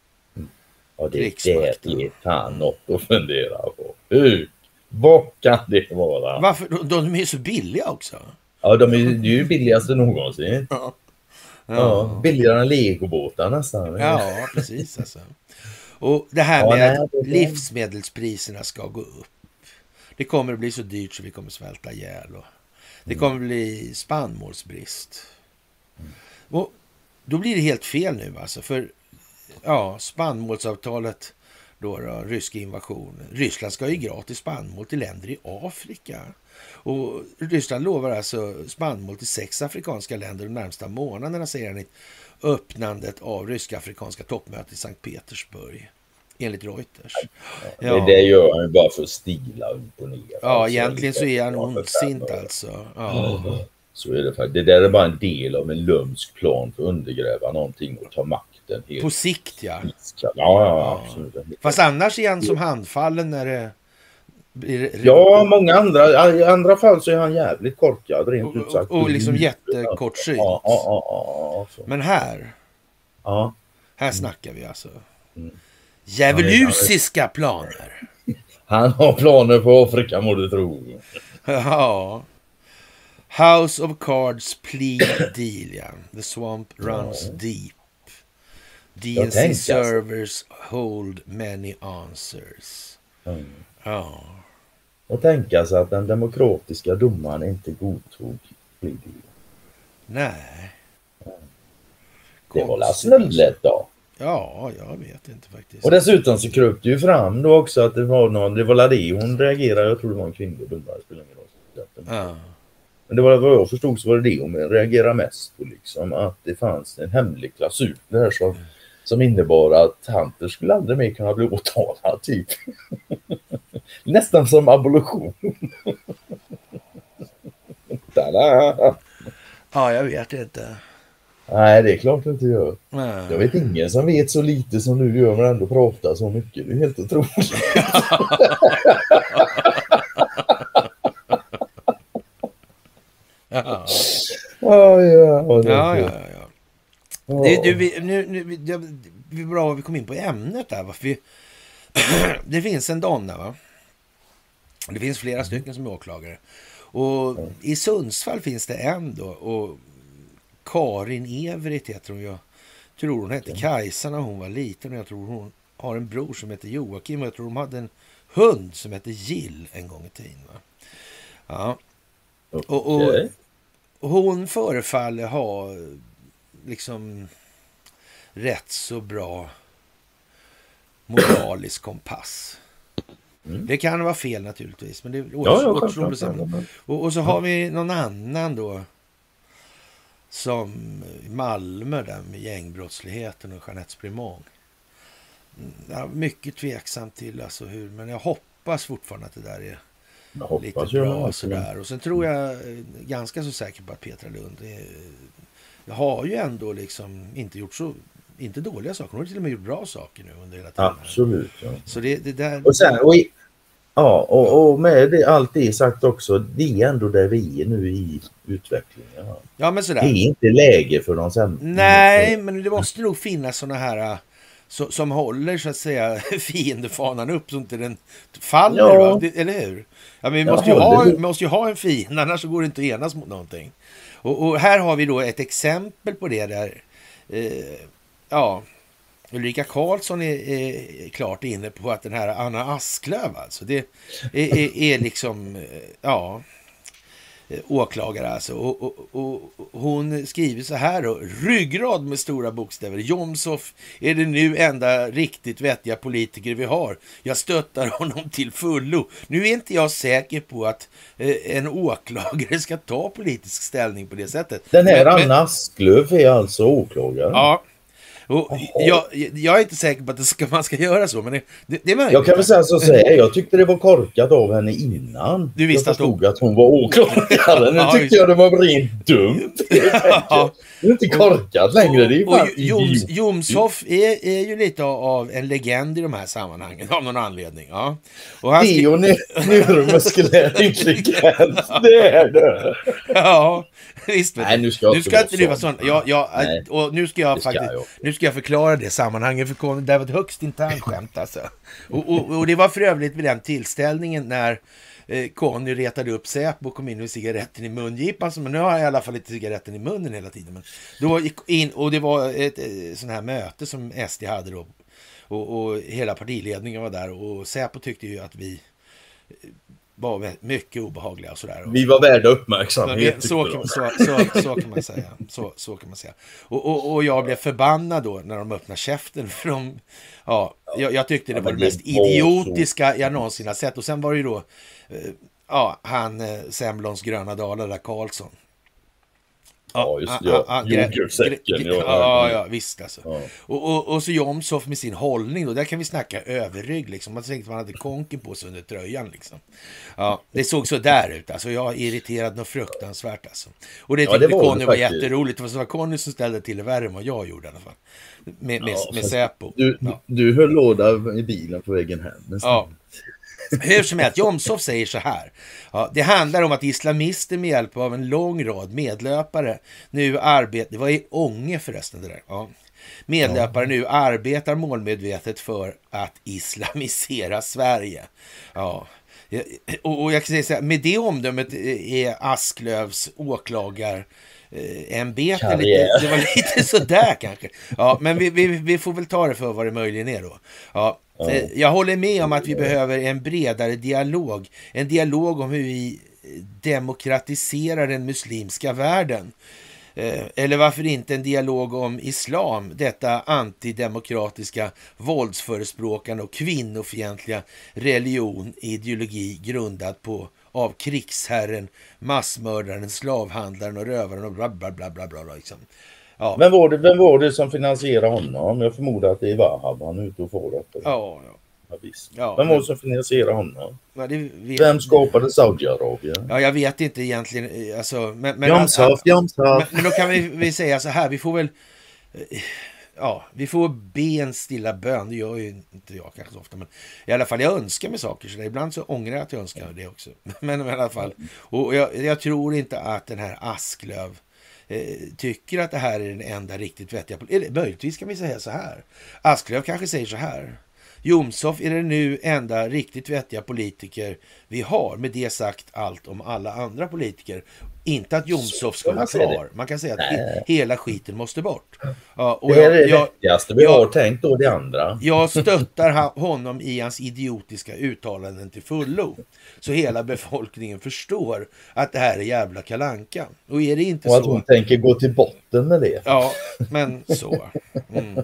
ja, det, det är fan något att fundera på. Hur? Vad kan det vara? Varför? De, de är ju så billiga också. Ja, de är, det är ju billigaste någonsin. Ja. Ja. Ja, billigare än legobåtar nästan. Ja, precis alltså. Och det här ja, med nej, att det livsmedelspriserna ska gå upp. Det kommer att bli så dyrt så vi kommer svälta ihjäl. Och det kommer att bli spannmålsbrist. Mm. Och då blir det helt fel nu alltså. För ja, spannmålsavtalet då, då ryska invasionen. Ryssland ska ju gratis spannmål till länder i Afrika. Och Ryssland lovar alltså spannmål till sex afrikanska länder de närmsta månaderna, säger han i öppnandet av ryska-afrikanska toppmötet i Sankt Petersburg. Enligt Reuters. Ja. Det, det gör han ju bara för att stila upp och ner. Ja, alltså, egentligen så är han ondsint alltså. Ja. Ja, så är det faktiskt. Det där är bara en del av en lömsk plan för att undergräva någonting och ta makten. Helt på sikt, ja. Ja, ja, absolut. Fast annars är han som handfallen när det blir... Ja, många andra. I andra fall så är han jävligt korkad, rent ut sagt. Och, och liksom jättekortsynt. Ja, ja, ja, ja, men här... Ja. Här snackar vi alltså. Mm. Djävulusiska planer. Han har planer på Afrika, må du tro. Ja. House of Cards plea deal, ja. The swamp runs ja. deep. D N C servers hold many answers. Mm. Ja. Och tänka sig att den demokratiska domaren inte godtog plea deal. Nej. Ja. Det var la snället då. Ja, jag vet inte faktiskt. Och dessutom så kröp det ju fram då också att det var någon, det var la det hon reagerade, jag tror det var en kvinnlig domare, spelar ingen roll. Ja. Men det var vad jag förstod så var det det hon reagerade mest på, liksom, att det fanns en hemlig klausul där som, som innebar att Hunter skulle aldrig mer kunna bli åtalad typ. Nästan som abolition. Tada! Ja, jag vet inte. Nej, det är klart att det gör. Nej. Jag vet ingen som vet så lite som du gör men ändå pratar så mycket. Det är helt otroligt. Ja. Oh, ja, ja, ja, ja. Oh. Det, du, vi, nu, nu, det, det är bra att vi kom in på ämnet där. Va? För vi, det finns en donna, va? Det finns flera stycken som är åklagare. Och mm. i Sundsvall finns det en då. Och Karin Everett heter hon. Jag tror hon hette Kajsa när hon var liten. Och jag tror hon har en bror som heter Joakim. Och jag tror de hade en hund som heter Jill en gång i tiden. Va? Ja. Okay. Och, och, och hon förefaller ha liksom rätt så bra moralisk kompass. Mm. Det kan vara fel naturligtvis. Men det är ja, ja, och, och så har vi någon annan då som i Malmö där med gängbrottsligheten och Jeanette Sprimong. Ja, mycket tveksam till alltså hur, men jag hoppas fortfarande att det där är lite bra och sådär. Och sen tror jag ganska så säker på att Petra Lund är, jag har ju ändå liksom inte gjort så inte dåliga saker. Hon har till och med gjort bra saker nu under hela tiden. Absolut. Ja. Så det, det där... Och sen, och i, ja, och, och med det, allt det sagt också, det är ändå där vi är nu i utvecklingen. Ja, ja men sådär. Det är inte läge för någon sen. Nej, men det måste nog finnas såna här så, som håller så att säga fiendefanan upp så inte den faller, ja. Va? Det, eller hur? Ja, men vi måste, ju ha, vi måste ju ha en fiende, annars så går det inte att enas mot någonting. Och, och här har vi då ett exempel på det där eh, ja, Ulrika Karlsson är, är klart inne på att den här Anna Asklöv alltså, det är, är, är liksom ja åklagare alltså. Och, och, och, och hon skriver så här då. Ryggrad med stora bokstäver. Jomshof är det nu enda riktigt vettiga politiker vi har. Jag stöttar honom till fullo. Nu är inte jag säker på att eh, en åklagare ska ta politisk ställning på det sättet. Den här men, Anna Asklöf är alltså åklagare. Ja. Och jag, jag är inte säker på att det ska, man ska göra så, men det, det, det är möjligt. Jag kan väl säga så att säga, jag tyckte det var korkat av henne innan. Du visste jag förstod att hon... att hon var åklagare. Nu tyckte ja, jag det var rent dumt. Ja. Det är inte korkat längre. Det är och och Joms, Jomshof är, är ju lite av en legend i de här sammanhangen av någon anledning. Ja. Och han skri... neuromuskulär intelligens. Det är det. Ja, visst. Nej, nu ska jag nu ska inte du vara sån. Ja, ja, och nu ska jag ska faktiskt jag. nu ska jag förklara det sammanhanget för Conny. Det var ett högst internt skämt alltså. Och, och, och det var för övrigt vid den tillställningen när eh, Conny retade upp Säpo och kom in med cigaretten i mungipan. Men nu har jag i alla fall inte cigaretten i munnen hela tiden. Men då gick in, och det var ett, ett sån här möte som S D hade då. Och, och hela partiledningen var där. Och Säpo tyckte ju att vi var mycket obehagliga och sådär. Vi var värda uppmärksamhet. Så, så, så, så, så kan man säga. Så, så kan man säga. Och, och, och jag blev förbannad då när de öppnade käften. För de, ja, jag, jag tyckte det var det mest idiotiska jag någonsin har sett. Och sen var det ju då ja, han Semlons gröna dalar där, Karlsson. Ja, just det. Ja, jordgubbssäcken. Ja, ja, ja, visst alltså. Ja. Och, och, och så Jomshof med sin hållning då, där kan vi snacka överrygg liksom. Man tänkte att man hade konken på sig under tröjan liksom. Ja, det såg så där ut alltså. Jag är irriterad något fruktansvärt alltså. Och det tyckte ja, Conny var jätteroligt. Det var Conny som ställde till det värre än vad jag gjorde i alla fall. Med, med, ja, med Säpo. Du, ja. du höll låda i bilen på vägen hem. Ja. Hur som helst, Jomshof säger så här. Ja, det handlar om att islamister med hjälp av en lång rad medlöpare nu arbetar, det var i Ånge förresten det där. Ja. Medlöpare ja. nu arbetar målmedvetet för att islamisera Sverige. Ja. Och, och jag kan säga så här, med det omdömet är Asklövs åklagar ämbete lite, det var lite sådär kanske. Ja, men vi, vi, vi får väl ta det för vad det möjligen är då. Ja. Jag håller med om att vi behöver en bredare dialog. En dialog om hur vi demokratiserar den muslimska världen. Eller varför inte en dialog om islam, detta antidemokratiska, våldsförespråkande och kvinnofientliga religion, ideologi grundad på av krigsherren, massmördaren, slavhandlaren och rövaren och bla bla bla bla bla liksom. Ja. Vem var det, vem var det som finansierar honom? Jag förmodar att det är Wahab han är ute och får det. Ja, ja. Ja, visst. Ja, vem var det som finansierar honom? Ja, det vet... Vem skapade Saudiarabien? Ja, jag vet inte egentligen. Alltså, men, men, Jomshof, Jomshof. Men, men då kan vi, vi säga så här, vi får väl ja, vi får be en stilla bön. Det gör ju inte jag kanske så ofta, men i alla fall jag önskar mig saker, så ibland så ångrar jag att jag önskar det också. Men i alla fall, och jag, jag tror inte att den här Asklöv eh, tycker att det här är den enda riktigt vettiga. Eller möjligtvis kan vi säga så här. Asklöv kanske säger så här: Jomshof är det nu enda riktigt vettiga politiker vi har. Med det sagt allt om alla andra politiker. Inte att Jomshof ska vara kvar. Man kan säga att he- hela skiten måste bort. Ja, och det är det jag, vettigaste vi jag, har tänkt då, det andra. Jag stöttar honom i hans idiotiska uttalanden till fullo. Så hela befolkningen förstår att det här är jävla kalanka. Och är det inte och så... att hon tänker gå till botten med det. Ja, men så. Mm.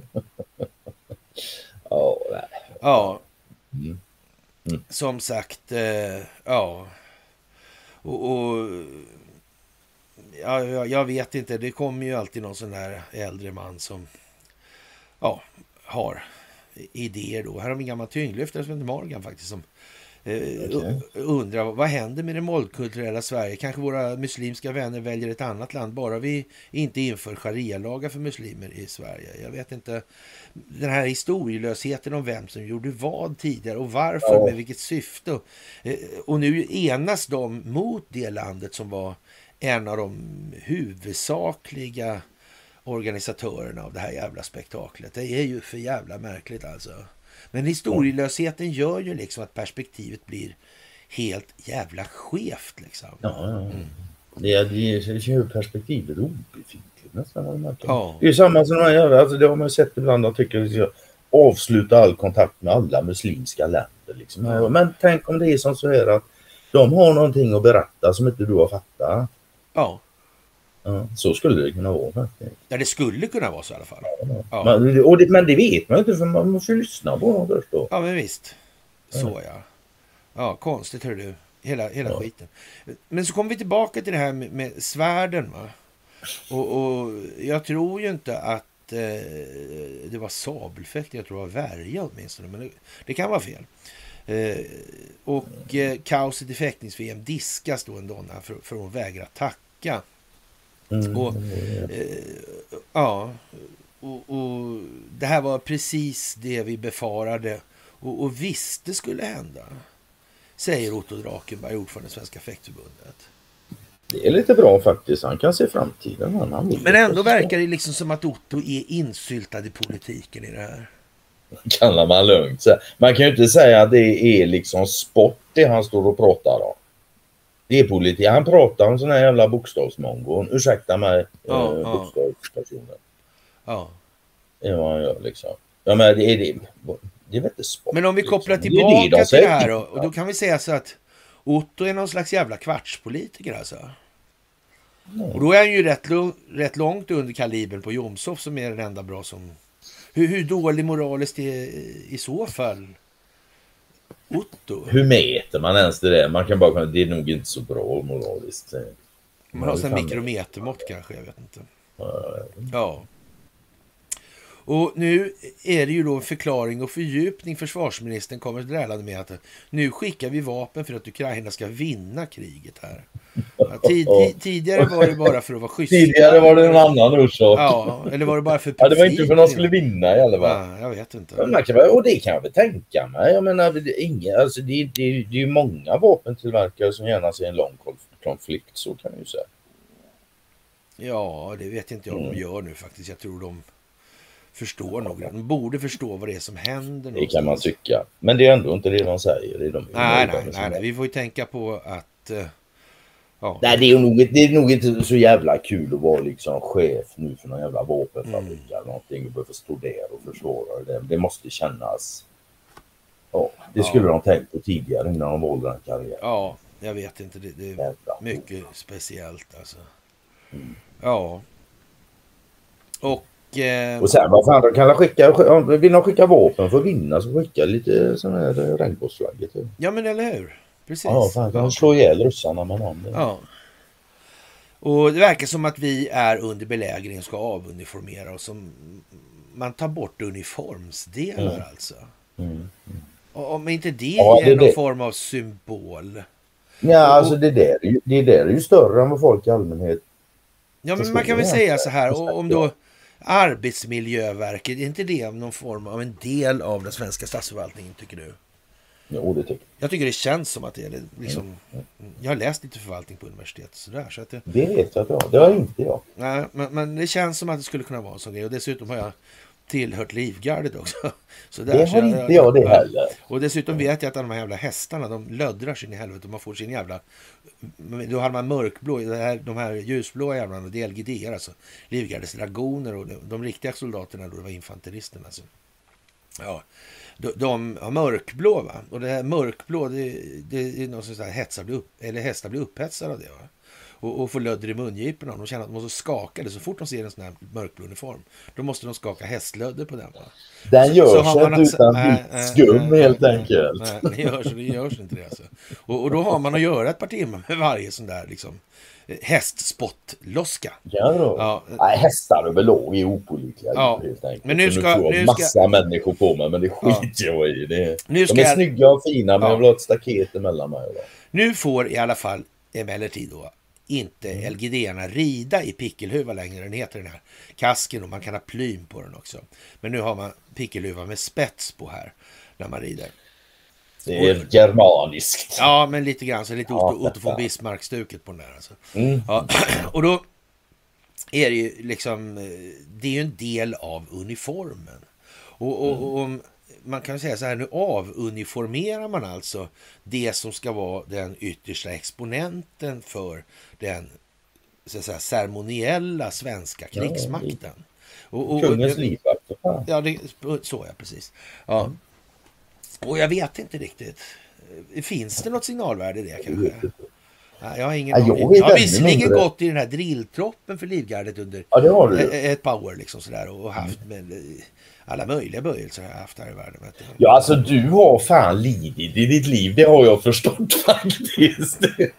Ja, nej. Ja. Mm. Mm. Som sagt, eh, ja. Och, och ja, jag, jag vet inte, det kommer ju alltid någon sån där äldre man som ja, har idéer då. Här har vi en gammal tyngdlyftare som heter Morgan faktiskt, som eh, okay. undrar vad händer med det mångkulturella Sverige? Kanske våra muslimska vänner väljer ett annat land bara vi inte inför sharia-lagar för muslimer i Sverige. Jag vet inte, den här historielösheten om vem som gjorde vad tidigare och varför, ja. Med vilket syfte. Och, och nu enas de mot det landet som var en av de huvudsakliga organisatörerna av det här jävla spektaklet. Det är ju för jävla märkligt alltså. Men historielösheten gör ju liksom att perspektivet blir helt jävla skevt liksom. Ja, ja. Mm. Det är ju perspektivet obefintligt nästan. Ja. Det är ju samma som de här jävla, alltså det har man sett ibland, att tycker att vi ska avsluta all kontakt med alla muslimska länder liksom. Ja. Men tänk om det är som så här att De har någonting att berätta som inte du har fattat. Ja. Ja, så skulle det kunna vara faktiskt. Ja, det skulle kunna vara så i alla fall. Ja. Man, och det, men det vet man inte för man måste lyssna på dem först då. Ja, men visst. Så ja. Ja, konstigt hör du. Hela, hela ja. skiten. Men så kommer vi tillbaka till det här med, med svärden va. Och, och jag tror ju inte att eh, det var sabelfäkt. Jag tror det var värja åtminstone. Men det, det kan vara fel. Eh, och eh, kaoset i fäktnings-V M diskas då en donna för, för att vägra tacka. Mm. Och, eh, ja, och, och det här var precis det vi befarade och, och visste skulle hända, säger Otto Drakenberg, ordförande i Svenska fäktförbundet. Det är lite bra faktiskt, han kan se framtiden. Han, han Men ändå verkar det liksom som att Otto är insyltad i politiken i det här. Kallar man lugnt. Man kan ju inte säga att det är liksom sport det han står och pratar om. Det är politik. Han pratar om såna här jävla bokstavsmongon. Ursäkta mig, ja, eh, ja. bokstavspersoner. Ja. Det är vad han gör liksom. Ja, men det är det. Det är väl inte sport. Men om vi kopplar liksom. tillbaka det det de till det här då, och då kan vi säga så att Otto är någon slags jävla kvartspolitiker alltså. Mm. Och då är han ju rätt, rätt långt under kalibern på Jomshof som är den enda bra som... Hur, hur dålig moraliskt är i så fall Otto? Hur mäter man ens det där? Man kan bara kunna, det är nog inte så bra moraliskt. Man har sån mikrometermått kanske, jag vet inte. Ja. Ja. Och nu är det ju då förklaring och fördjupning. Försvarsministern kommer drälande med att nu skickar vi vapen för att Ukraina ska vinna kriget här. Ja, tid, tid, tidigare var det bara för att vara schysst. Tidigare var det en annan orsak. Ja, eller var det bara för ja, det var inte för att de skulle vinna i alla fall. Ja, jag vet inte. Men man kan, och det kan jag väl tänka mig. Jag menar, det är, inga, alltså det, det, det är ju många vapentillverkare som gärna ser en lång konflikt, så kan man ju säga. Ja, det vet inte jag om mm. de gör nu faktiskt. Jag tror de förstår nog. De borde förstå vad det är som händer. Det kan man tycka. Men det är ändå inte det de säger. Det är de nej, nej, nej, nej. Vi får ju tänka på att... Uh, ja. Nej, det är, nog, det är nog inte så jävla kul att vara liksom chef nu för någon jävla vapenfabrik mm. eller någonting och behöva stå där och försvara det. Det måste kännas... Ja, det skulle ja. de tänkt på tidigare innan de valde den karriären. Ja, jag vet inte. Det, det är jävla mycket på. Speciellt alltså. Mm. Ja. Och... Och sen, vad fan, de kan skicka, vill de skicka vapen för att vinna så skicka lite sån här regnbågsflaggor till. Ja, men eller hur? Precis. Ja, fan, kan de slå ihjäl ryssarna med namn. Ja. Och det verkar som att vi är under belägring och ska avuniformera oss. Som man tar bort uniformsdelar mm. alltså. Mm. Mm. Och om inte det ja, är det, någon det. form av symbol. Ja, och, alltså det där, det där är ju större än vad folk i allmänhet. Ja, men man kan väl säga så här, och om då Arbetsmiljöverket, är inte det någon form av en del av den svenska statsförvaltningen, tycker du? Jo, det tycker jag. Jag tycker det känns som att det är liksom, mm. jag har läst lite förvaltning på universitetet sådär, så att det, det vet jag, det har inte jag. Nej, men, men det känns som att det skulle kunna vara en sån grej, och dessutom har jag tillhört Livgardet också. Så där, det har så inte jag, jag det heller. Och dessutom vet jag att de här jävla hästarna, de löddrar sin i helvete och man får sin jävla... Då hade man mörkblå, det här, de här ljusblåa jävlarna, det är L G D, alltså Livgardets dragoner, och de, de riktiga soldaterna då, det var infanteristerna. Alltså. Ja, de, de har mörkblå, va? Och det här mörkblå, det, det är något som så här hetsar blir upp, eller hästar blir upphetsade av det, va? Och, och får lödder i mungiporna. Och de känner att de måste skaka det. Så fort de ser en sån här mörkblå uniform, då måste de skaka hästlödder på den. Va? Den görs inte utan äh, vitt skum äh, helt äh, enkelt. Nej, det görs, det görs inte det alltså. Och, och då har man att göra ett par timmar med varje sån där liksom hästspott-loska. Ja, då. Ja. Nej, hästar överlag är opålitliga. Ja. Helt enkelt. Men nu ska... Så nu nu massa ska... människor på mig, men det skiter jag i. Det, nu ska de är jag... snygga och fina, men ja. jag vill ha ett staket emellan mig. Då. Nu får i alla fall emellertid då inte mm. L G D-arna rida i pickelhuva längre. Den heter den här kasken, och man kan ha plym på den också. Men nu har man pickelhuva med spets på här när man rider. Det är och, germaniskt. Ja, men lite grann. Så lite ja, Otto, Otto von Bismarck-stuket på den där. Alltså. Mm. Ja, och då är det ju liksom, det är ju en del av uniformen. Och, och, och om man kan säga så här, nu avuniformerar man alltså det som ska vara den yttersta exponenten för den så att säga ceremoniella svenska krigsmakten. Och, och, Kungens liv. Ja, det, så är precis. Ja. Och jag vet inte riktigt. Finns det något signalvärde i det kanske? Ja, jag har ingen Ja, jag aning. vet Jag har ännu visserligen mindre. gått i den här drilltroppen för Livgardet under Ja, det har du. e- ett par år liksom sådär och haft med alla möjliga böjelser har jag haft här i världen. Vet du. Ja, alltså du har fan lidit i ditt liv. Det har jag förstått faktiskt.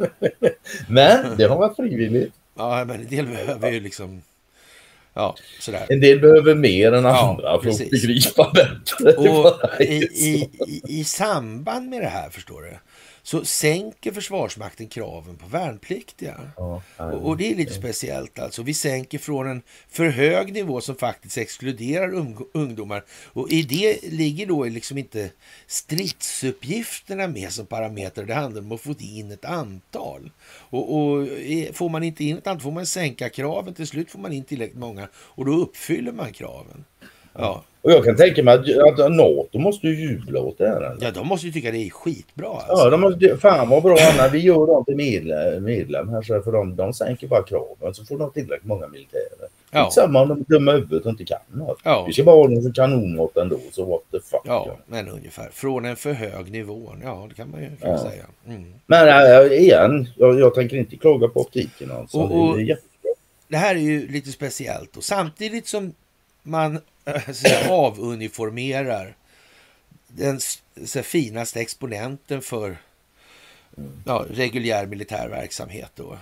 Men det har varit frivilligt. Ja, men en del behöver ju liksom ja, sådär. En del behöver mer än Ja, andra för precis. att begripa bättre. Det Och bara är i, i, så. i, i samband med det här, förstår du, så sänker Försvarsmakten kraven på värnpliktiga. Ja, Och, och det är lite speciellt alltså. Vi sänker från en för hög nivå som faktiskt exkluderar ung, ungdomar. Och i det ligger då liksom inte stridsuppgifterna med som parameter. Det handlar om att få in ett antal. Och, och får man inte in ett antal får man sänka kraven. Till slut får man in tillräckligt många. Och då uppfyller man kraven. Ja. Och jag kan tänka mig att, att NATO måste ju jubla åt det här. Eller? Ja, de måste ju tycka det är skitbra. Alltså. Ja, de måste, fan vad bra när vi gör dem till medlem, medlem här så för de, de sänker bara kraven så får de tillräckligt många militärer. Ja. Samma om de dömer huvudet och inte kan något. Ja. Vi ska bara ha dem som kanonmått ändå, så what the fuck. Ja, Ja. men ungefär. Från en för hög nivå. Ja, det kan man ju kan Ja. säga. Mm. Men äh, igen, jag, jag tänker inte klaga på optiken alltså. Och- och- det är jättebra. Det här är ju lite speciellt. Och samtidigt som man äh, så här, avuniformerar den s- så här, finaste exponenten för ja, reguljär militär verksamhet och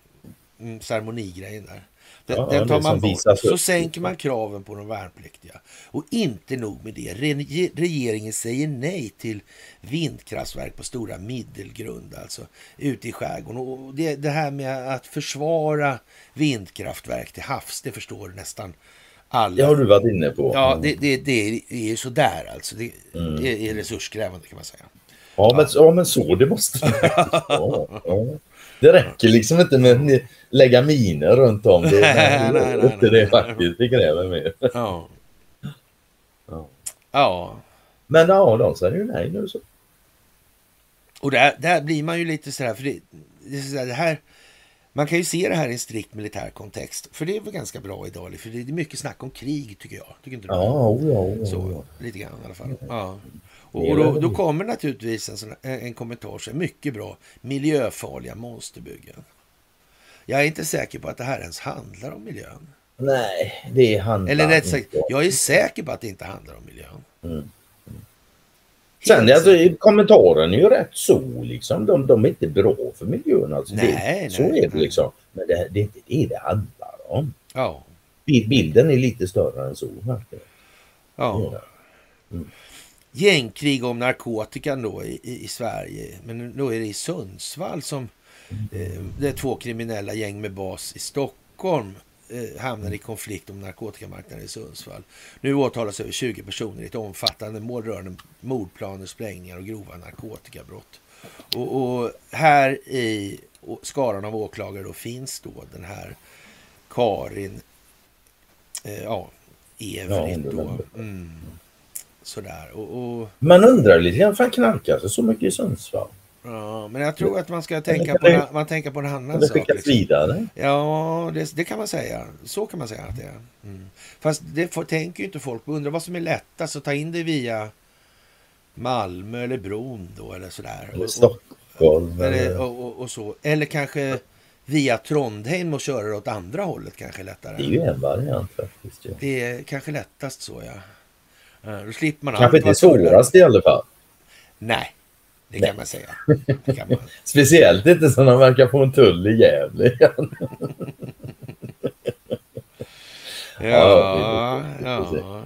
mm, ceremonigrejen där. Den, Ja, den det tar som man bort. visas Så upp. sänker man kraven på de värnpliktiga. Och inte nog med det. Re- regeringen säger nej till vindkraftverk på stora middelgrund, alltså ute i skärgården. Och det, det här med att försvara vindkraftverk till havs, det förstår nästan alla. Det har du varit inne på. Ja, det, det, det är ju sådär alltså. Det, det är resurskrävande kan man säga. Ja, men, ja, men så det måste det. Ja, ja. Det räcker liksom inte med att lägga miner runt om. Det, nej, Nej, nej, det, nej, det, nej. faktiskt, det kräver mer. Ja. Ja. Ja. Men ja, de säger ju nej nu så. Och där, där blir man ju lite sådär, för det, det, är sådär, det här, man kan ju se det här i en strikt militär kontext, för det är väl ganska bra idag, för det är mycket snack om krig tycker jag. Tycker inte du? Ja, ja, ja, Så, ja. lite grann i alla fall. Ja. Och, och då, då kommer naturligtvis en, sån, en, en kommentar så här, mycket bra, miljöfarliga monsterbyggen. Jag är inte säker på att det här ens handlar om miljön. Nej, det handlar Eller rätt inte sagt, om. jag är säker på att det inte handlar om miljön. Mm. Sen Helt alltså, säker. kommentaren är ju rätt så liksom. De, de är inte bra för miljön. Alltså. Nej, det, så nej, är det nej. liksom. Men det, det är inte det det handlar om. Ja. Bilden är lite större än så. Verkligen. Ja. Mm. Gängkrig om narkotikan då i, i, i Sverige. Men då är det i Sundsvall som eh, det är två kriminella gäng med bas i Stockholm eh, hamnar i konflikt om narkotikamarknaden i Sundsvall. Nu åtalas över tjugo personer i ett omfattande mål rörande mordplaner, sprängningar och grova narkotikabrott. Och, och här i skaran av åklagare då finns då den här Karin eh, ja, Evrit Ja, då. Mm. Sådär. Och, och, Man undrar lite grann, fan knarkar så mycket i Sundsvall? ja, men jag tror att man ska tänka kan på, det- en, man tänker på en annan Det sak. skickas Liksom. vidare. Ja, det, det kan man säga. Så kan man säga att det är. Mm. Fast det får, tänker ju inte folk på. Undrar vad som är lättast att ta in det via Malmö eller bron då eller sådär. Eller Och- Stockholm. och, eller, Eller, och, och, och så. Eller kanske via Trondheim och köra åt andra hållet kanske lättare. det är ju en variant faktiskt. Ja. Det är kanske lättast så, ja. Ja, då slipper man Kanske allt inte vad tullar- svårast i alla fall. Nej, det Nej. kan man säga. Det kan man. Speciellt inte som de verkar få en tull i Gävle. Ja, det är lite- ja.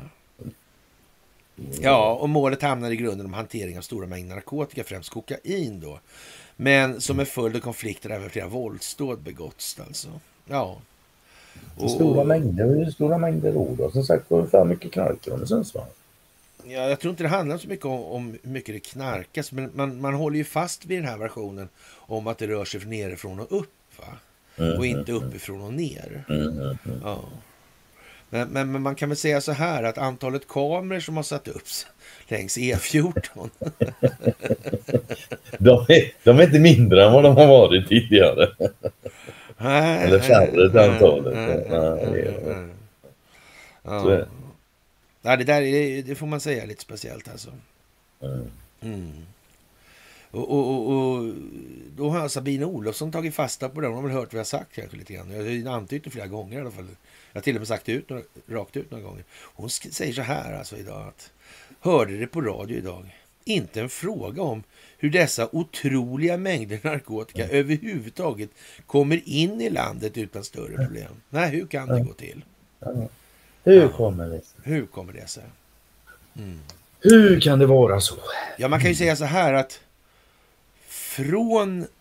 Ja, och målet hamnar i grunden om hantering av stora mängder narkotika, främst kokain då. Men som en följd av konflikter även flera våldsdåd begåtts alltså. Ja. Och stora mängder, hur stora mängder då? då? Som sagt, för mycket knark i Sundsvall. Ja, jag tror inte det handlar så mycket om, om hur mycket det knarkas, men man, man håller ju fast vid den här versionen om att det rör sig från nerifrån och upp, va? Mm, Och inte uppifrån och ner. Mm, mm, mm. Ja. Men, men, men man kan väl säga så här att antalet kameror som har satt upp längs E fjorton De, är, de är inte mindre än vad de har varit tidigare. Eller färre till antalet. Nej, nej, Nej, nej, det är- nej. Så är Ja. det. Ja, det där är, det får man säga lite speciellt alltså. Mm. Mm. Och, och, och, och då har Sabine Olofsson tagit fasta på det. Hon har väl hört vad jag sagt kanske lite grann. Jag har ju antytt det flera gånger i alla fall. Jag har till och med sagt det ut, rakt ut några gånger. Hon säger så här alltså idag att hörde det på radio idag. Inte en fråga om hur dessa otroliga mängder narkotika mm. överhuvudtaget kommer in i landet utan större problem. Nej, hur kan det gå till? Ja. Hur ja. kommer det sig? Hur kommer det sig? Mm. Hur kan det vara så? Ja, man kan ju säga så här att från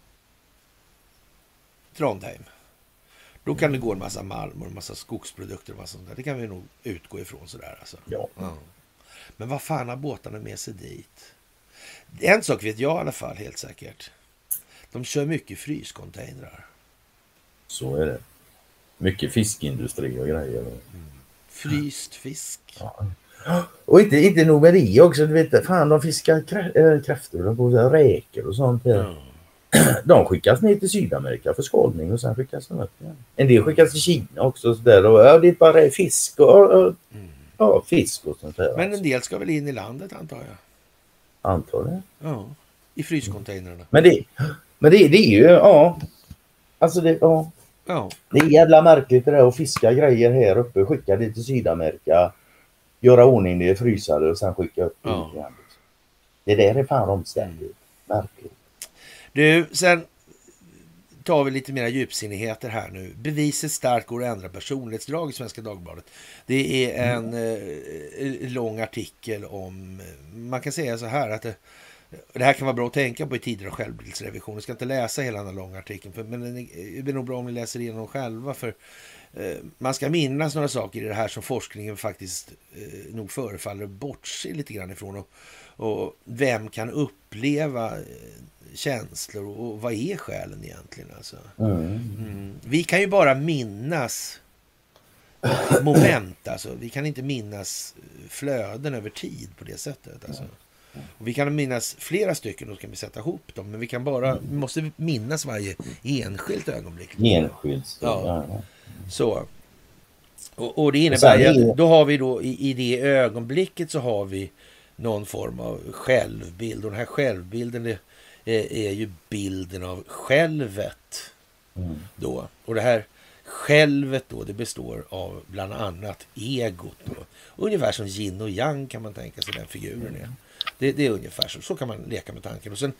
Trondheim då kan det gå en massa malm och en massa skogsprodukter och massa sånt där. Det kan vi nog utgå ifrån sådär alltså. Ja. Ja. Men vad fan har båtarna med sig dit? En sak vet jag i alla fall helt säkert. De kör mycket fryscontainrar. Så är det. Mycket fiskindustri och grejer. Mm. Fryst fisk. Ja. Och inte, inte nog med det också. Du vet, fan de fiskar krä, äh, kräftor och på räkor och sånt. Mm. De skickas ner till Sydamerika för skålning och sen skickas de upp igen. En del skickas till Kina också. Så där, och, ja, det är bara fisk och, och mm. ja, fisk och sånt där. Men en del ska väl in i landet antar jag. Antar det? Ja, i fryscontainrarna. Men det, men det, det är ju, ja. Alltså det, ja. ja. Det är jävla märkligt det där att fiska grejer här uppe, skicka det till Sydamerika, göra ordning det, frysa det och sen skicka upp det ja. igen. Det där är fan omständigt. Märkligt. Du, sen tar vi lite mer djupsinnigheter här nu. Beviset starkt går att ändra personlighetsdrag i Svenska Dagbladet. Det är en mm. eh, lång artikel om, man kan säga så här att det, det här kan vara bra att tänka på i tider av självbildsrevision. Jag ska inte läsa hela den här långa artikeln, för, men det är nog bra om ni läser igenom själva, för eh, man ska minnas några saker i det här som forskningen faktiskt eh, nog förefaller bortse lite grann ifrån. Och, och vem kan uppleva eh, känslor och vad är själen egentligen alltså? Mm. Mm. Vi kan ju bara minnas moment alltså. Vi kan inte minnas flöden över tid på det sättet alltså. Och vi kan minnas flera stycken, då ska vi sätta ihop dem, men vi kan bara, vi måste minnas varje enskilt ögonblick. Enskilt. Ja. Så. Och, och det innebär ju att då har vi då i, i det ögonblicket så har vi någon form av självbild, och den här självbilden är, är, är ju bilden av självet mm. då. Och det här självet då, det består av bland annat egot då. Ungefär som yin och yang kan man tänka sig den figuren är. Det, det är ungefär så. Så kan man leka med tanken. Och sen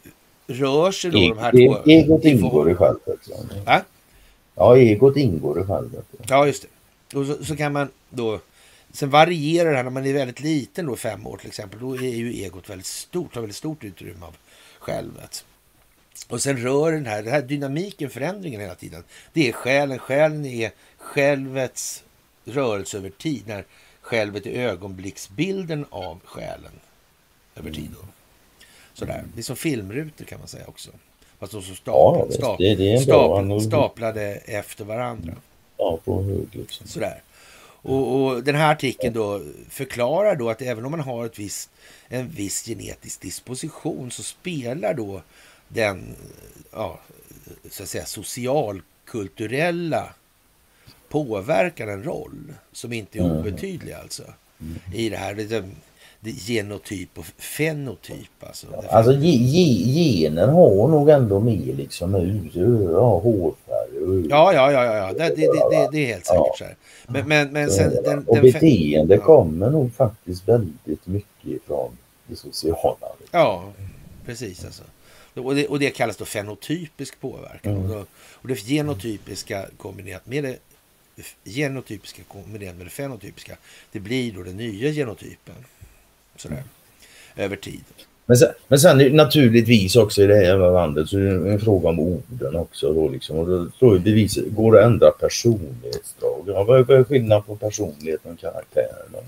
rör sig då e- de här e- två... Egot ingår i självet. Ja? Ja, egot ingår i självet. Ja, just det. Och så, så kan man då... Sen varierar det här när man är väldigt liten då, fem år till exempel. Då är ju egot väldigt stort, har väldigt stort utrymme av självet. Och sen rör den här, den här dynamiken, förändringen hela tiden. Det är själen. Själen är självets rörelse över tid. När självet är ögonblicksbilden av själen över tid då. Sådär. Det är som filmrutor kan man säga också. Fast de så staplade, ja, stap, det, det staplade, staplade efter varandra. Ja, på hög liksom. Sådär. Och, och den här artikeln då förklarar då att även om man har ett visst, en viss genetisk disposition så spelar då den ja, så att säga socialkulturella påverkan en roll som inte är obetydlig alltså i det här det, det genotyp och fenotyp alltså. Alltså ge, ge, genen har nog ändå med liksom ut, ja, hårfärg. Ja, ja, ja, ja, det, det, det, det är helt säkert ja. Så här. Men, men, men sen, den, och den, beteende ja. kommer nog faktiskt väldigt mycket från det sociala. Ja, precis alltså. Och det, och det kallas då fenotypisk påverkan. Mm. Och, då, och det genotypiska kombinerat med det genotypiska kombinerat med det fenotypiska, det blir då den nya genotypen. Sådär. Mm. Över tid. Men sen, men sen naturligtvis också i det här landet så är det en fråga om orden också då liksom. Och då tror jag beviset, går det att ändra personlighetsdrag? Ja, vad är skillnaden på personlighet och karaktär då?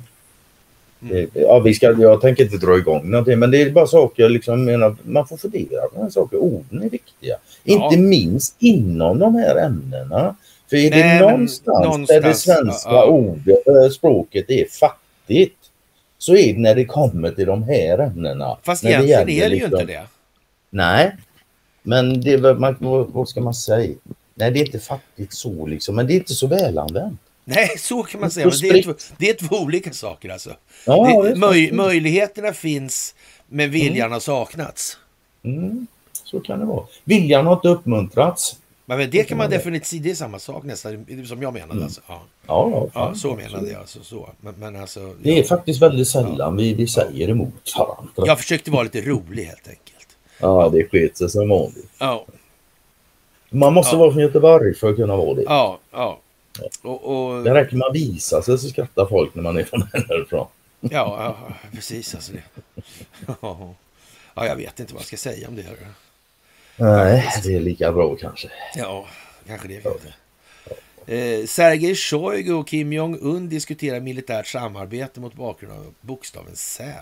Mm. Ja, vi ska, jag tänker inte dra igång någonting, men det är bara saker liksom, menar, man får fundera på de saker. Orden är viktiga. Ja. Inte minst inom de här ämnena. För är det Nej, någonstans, någonstans där det svenska ja, ja. ordet, språket är fattigt, så är det när det kommer till de här ämnena. Fast egentligen är det ju liksom, inte det. Nej, men det, man, vad ska man säga? Nej, det är inte fattigt så liksom, men det är inte så välanvänt. Nej, så kan man säga. Men det, är två, det är två olika saker alltså. Ja, det, möj, möjligheterna finns, men viljan mm. har saknats. Mm, så kan det vara. Viljan har inte uppmuntrats. Men det kan man definitivt, det är samma sak nästan som jag menade. Mm. Alltså. Ja. Ja, ja, fan, Ja, så absolut. menade jag. Alltså, så. Men, men alltså, Det är ja. faktiskt väldigt sällan vi, vi säger emot varandra. Jag försökte vara lite rolig helt enkelt. Ja, det sker sig som vanligt. Ja, Man måste Ja. vara från Göteborg för att kunna vara det. ja, ja. Och, och, Det räcker med att visa sig så skrattar folk när man är från därifrån. ja, ja, precis. Alltså det. Ja, jag vet inte vad jag ska säga om det. Här. Nej, det är lika bra kanske. Ja, kanske det. Vet jag. Eh, Sergej Shoigu och Kim Jong-Un diskuterar militärt samarbete mot bakgrund av bokstaven Z.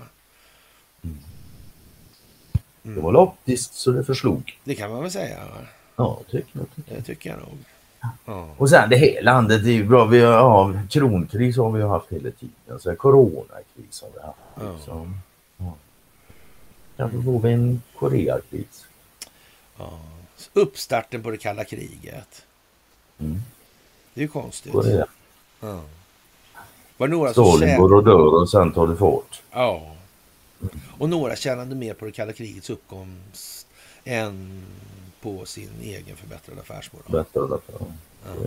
Mm. Det var optiskt så det förslog. Det kan man väl säga. Ja, tycker jag. Det tycker jag nog. Ja. Och sen det här landet är ju bra. Vi har, ja, kronkris har vi ju haft hela tiden. Så coronakris har vi haft. Ja. Liksom. Ja. Kanske får vi en Koreakris. Ja. Uppstarten på det kalla kriget. Mm. Det är ju konstigt. Korea. Ja. Var några som Stalin tjän... går och dör och sen tar det fart. Ja. Och några tjänade mer på det kalla krigets uppkomst än på sin egen förbättrade affärsmoral. Bättre därför. Ja. Ja.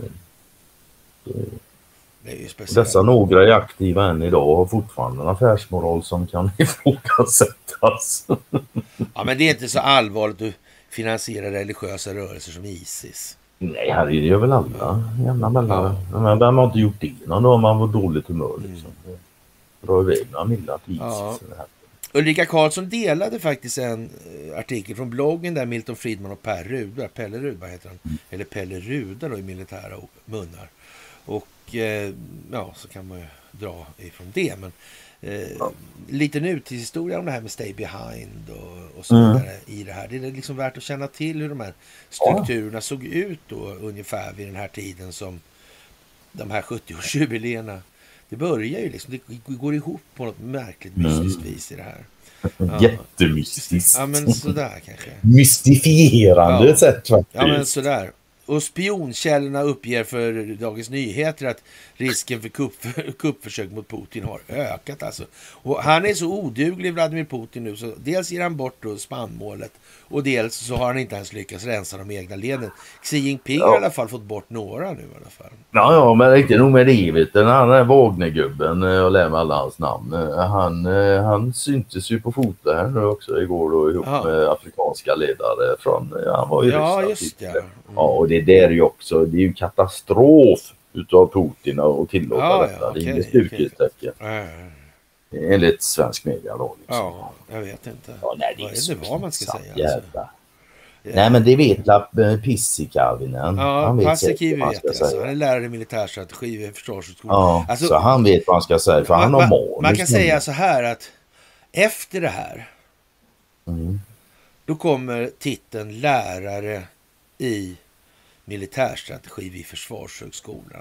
Det, Det är ju speciellt. dessa några är aktiva än idag och har fortfarande en affärsmoral som kan ifrågasättas. Ja, men det är inte så allvarligt att finansiera religiösa rörelser som ISIS. Nej, här är det väl alla. Jämna mellan. Ja. Men vem har inte gjort det? Någon dag man var dåligt humör liksom. Mm. Dra iväg några millar till ISIS. Ja. Ulrika Karlsson delade faktiskt en artikel från bloggen där Milton Friedman och Per Rudar, Pelle Rudar heter han, mm. eller Pelle Rudar då i militära munnar. Och eh, ja, så kan man ju dra ifrån det. Men eh, ja. lite nutidshistoria om det här med Stay Behind och, och så vidare mm. i det här. Det är liksom värt att känna till hur de här strukturerna ja. såg ut då ungefär vid den här tiden som de här sjuttio-årsjubileerna. Det börjar ju liksom, det går ihop på något märkligt mystiskt mm. vis i det här. Ja. Jättemystiskt. Ja, men sådär kanske. Mystifierande ja. sätt faktiskt. Ja, men sådär. Och spionkällorna uppger för Dagens Nyheter att risken för kupp, kuppförsök mot Putin har ökat. Alltså. Och han är så oduglig, Vladimir Putin, nu. Så dels ger han bort då spannmålet och dels så har han inte ens lyckats rensa de egna leden. Xi Jinping ja. har i alla fall fått bort några nu i alla fall. Ja, ja, men inte nog med det. Vet du. Han är Wagnergubben, jag lär mig alla hans namn. Han, han syntes ju på foto här nu också igår då ihop ja. med afrikanska ledare från, han var ju ja, Ryssland. Just det. Mm. Ja, och det där är ju också, det är ju katastrof utav Putin att tillåta ja, detta. Ja, okay, det är inget styrketecken. Okay. Enligt svensk media då. Liksom. Ja, jag vet inte. Ja, nej, det vad är är det vad man ska säga? Alltså. Nej, men det vet Lapp Pissikavinen. Ja, Paasikivi vet det. Alltså. Han är lärare i militärstrategi vid försvarshögskolan. Ja, alltså, så han vet vad han ska säga. För man, han har man, manus. man kan säga så här att efter det här mm. då kommer titeln lärare i militärstrategi vid försvarshögskolan.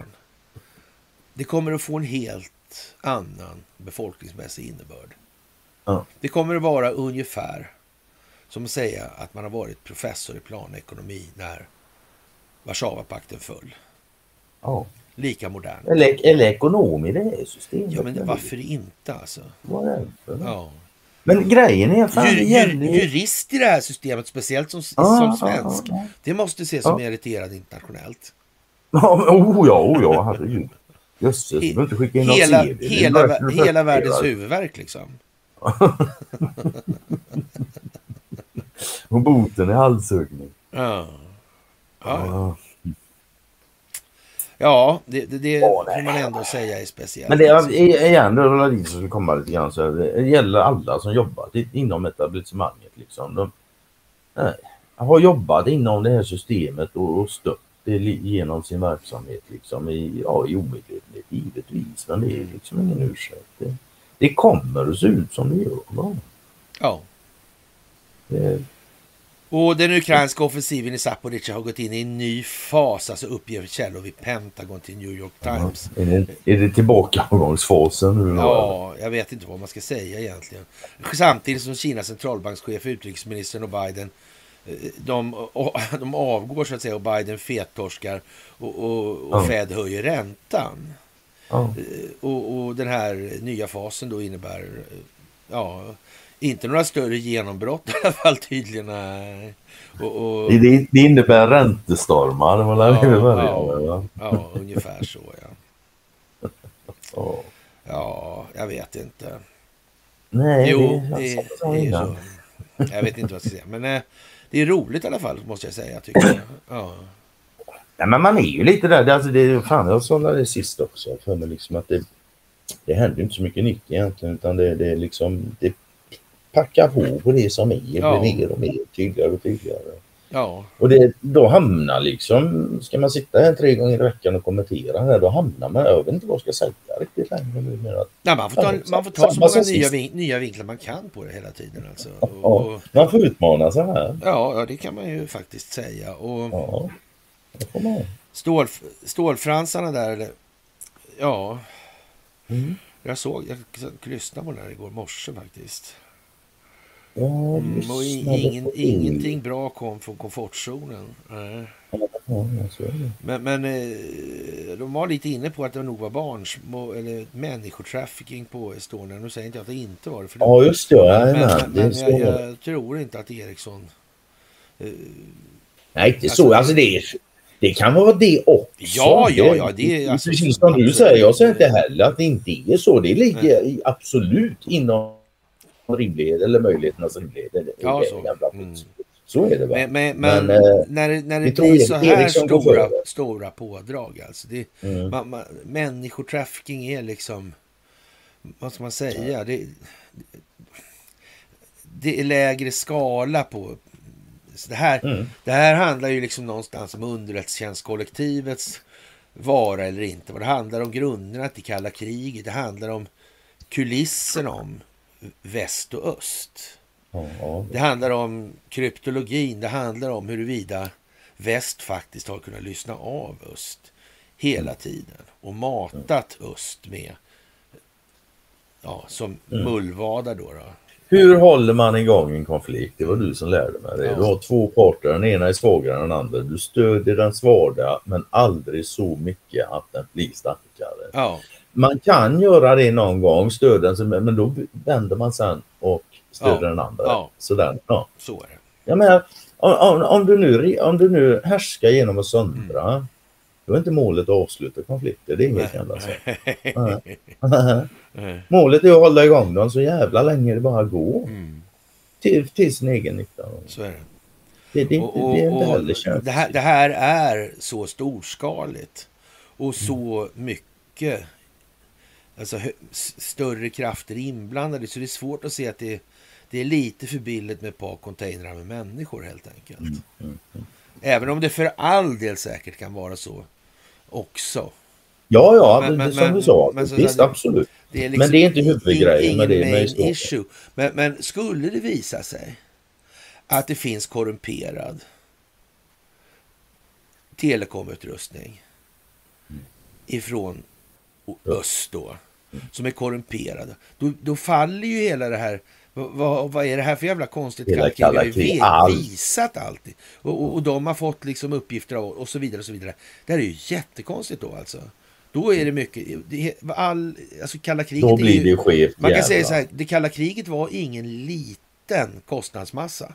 Det kommer att få en helt annan befolkningsmässig innebörd. Ja. Det kommer att vara ungefär som att säga att man har varit professor i planekonomi när Warszawapakten föll. Ja. Lika modern. Eller, eller ekonom i det här systemet. Ja, men varför inte alltså? Vad är det? Ja. Men grejen är fan Jur, jur, jurist i det här systemet, speciellt som, ah, som svensk. Ah, ah. Det måste ses som ah. meriterad internationellt. Ja, oh ja, oh ja, herregud. Jösses, du behöver inte skicka in hela, något C V. Hela, hela, hela världens huvudverk liksom. Och boten är halshuggning. Ja. Ja, ja. ja det, det, det oh, får man ändå säga är speciellt. Men det är igen, det är det som skulle komma lite grann så det gäller alla som jobbat inom etablissemanget liksom. De nej, har jobbat inom det här systemet och, och stött det genom sin verksamhet liksom i, ja, i omedvetenhet givetvis, men det är liksom ingen ursäkt. Det, det kommer att se ut som det gör. Va? Ja. Det, och den ukrainska offensiven i Zaporizjzja har gått in i en ny fas, alltså uppger källor vid Pentagon till New York Times. Ja, är, det, är det tillbakagångsfasen nu? Ja, jag vet inte vad man ska säga egentligen. Samtidigt som Kinas centralbankschef, utrikesministern och Biden, de, de avgår så att säga och Biden fettorskar och, och, och ja. Fed höjer räntan. Ja. Och, och den här nya fasen då innebär, ja, inte några större genombrott i alla fall tydligen. Nej. Och, och... Det, det innebär räntestormar. Ja, det ja, ja, ja, ungefär så ja. Ja. Ja, jag vet inte. Nej, jo, det, det, det, det är så. Jag vet inte vad jag ska säga. Men eh, det är roligt i alla fall, måste jag säga, tycker jag. Ja. Nej, men man är ju lite där. Alltså, det är fan, jag sa det sist också. För mig liksom att det, det händer inte så mycket nytt egentligen. Utan det, det är liksom... Det packar på på det som är. Det Ja. blir mer och mer tydligare och tydligare. Ja. Och det, då hamnar liksom... Ska man sitta här tre gånger i veckan och kommentera här, då hamnar man... Jag vet inte vad jag ska säga riktigt längre nu. Men att, Nej, man får ta, man får ta så många nya, vin, nya vinklar man kan på det hela tiden. Alltså. Och, ja, man får utmana sig här. Ja, ja, det kan man ju faktiskt säga. Och ja, det får man. Stål, stålfransarna där, eller, ja... Mm. Jag såg, jag lyssnade på det här igår morse faktiskt. Ja, mm, och ingen, ingenting bra kom från komfortzonen. Nej. Ja, så är det. Men, men de var lite inne på att det nog var barns eller människotrafficking på Estonia. Nu säger inte jag att det inte var det. För det ja, just det. Ja, men men, men, det men så. jag, jag tror inte att Eriksson... Uh, Nej, inte så. Alltså det, det kan vara det också. Ja, ja, ja. Det är alltså, precis som du säger. Jag säger inte heller att det inte är så. Det ligger i, absolut inom rimlighet eller möjligheternas rimlighet. Ja, så. Mm. Så är det va? Men, men, men, men när, när det blir så här stora, stora pådrag, alltså det, mm. man, man, människotrafficking är liksom, vad ska man säga, det, det är lägre skala på så det här. Mm. Det här handlar ju liksom någonstans om underrättelsetjänstkollektivets vara eller inte. Vad det handlar om grunderna till kalla kriget. Det handlar om kulisserna om väst och öst. Ja. Det handlar om kryptologin. Det handlar om huruvida väst faktiskt har kunnat lyssna av öst hela tiden och matat öst med ja, som mm. mullvadar då, då. Hur håller man igång en konflikt? Det var du som lärde mig det. Ja. Du har två parter, den ena är svagare än den andra. Du stödjer den svaga men aldrig så mycket att den blir starkare. Ja. Man kan göra det någon gång, stödja den, men då vänder man sen och stödjer ja. den andra. Ja. Sådär. Ja. Så är det. Jag menar, om, om, om, du nu, om du nu härskar genom att söndra, mm. då är inte målet att avsluta konflikter. Det är inget enda så. Mm. Målet är att hålla igång dem så jävla länge det bara går. Mm. Till, till sin egen nytta. Så är det. Det, det, och, och, det är inte heller känsligt. Det här, det här är så storskaligt. Och så mm. mycket alltså, större krafter inblandade. Så det är svårt att se att det, det är lite för billigt med ett par containrar med människor helt enkelt. Mm. Mm. Mm. Även om det för all del säkert kan vara så också. Ja, ja, men, men, som men, du sa. Men, visst, det, absolut. Det är liksom men det är inte huvudgrejen. Ingen med det, main med issue. Men, men skulle det visa sig att det finns korrumperad telekomutrustning mm. ifrån öst då, mm. som är korrumperad, då, då faller ju hela det här. Vad, vad är det här för jävla konstigt kalkyl? Jag har ju all. visat alltid. Och, och, och de har fått liksom uppgifter av och så vidare och så vidare. Det här är ju jättekonstigt då alltså. Då är det mycket det, all, alltså kalla kriget. Då blir det ju skevt. Man kan säga så här, det kalla kriget var ingen liten kostnadsmassa.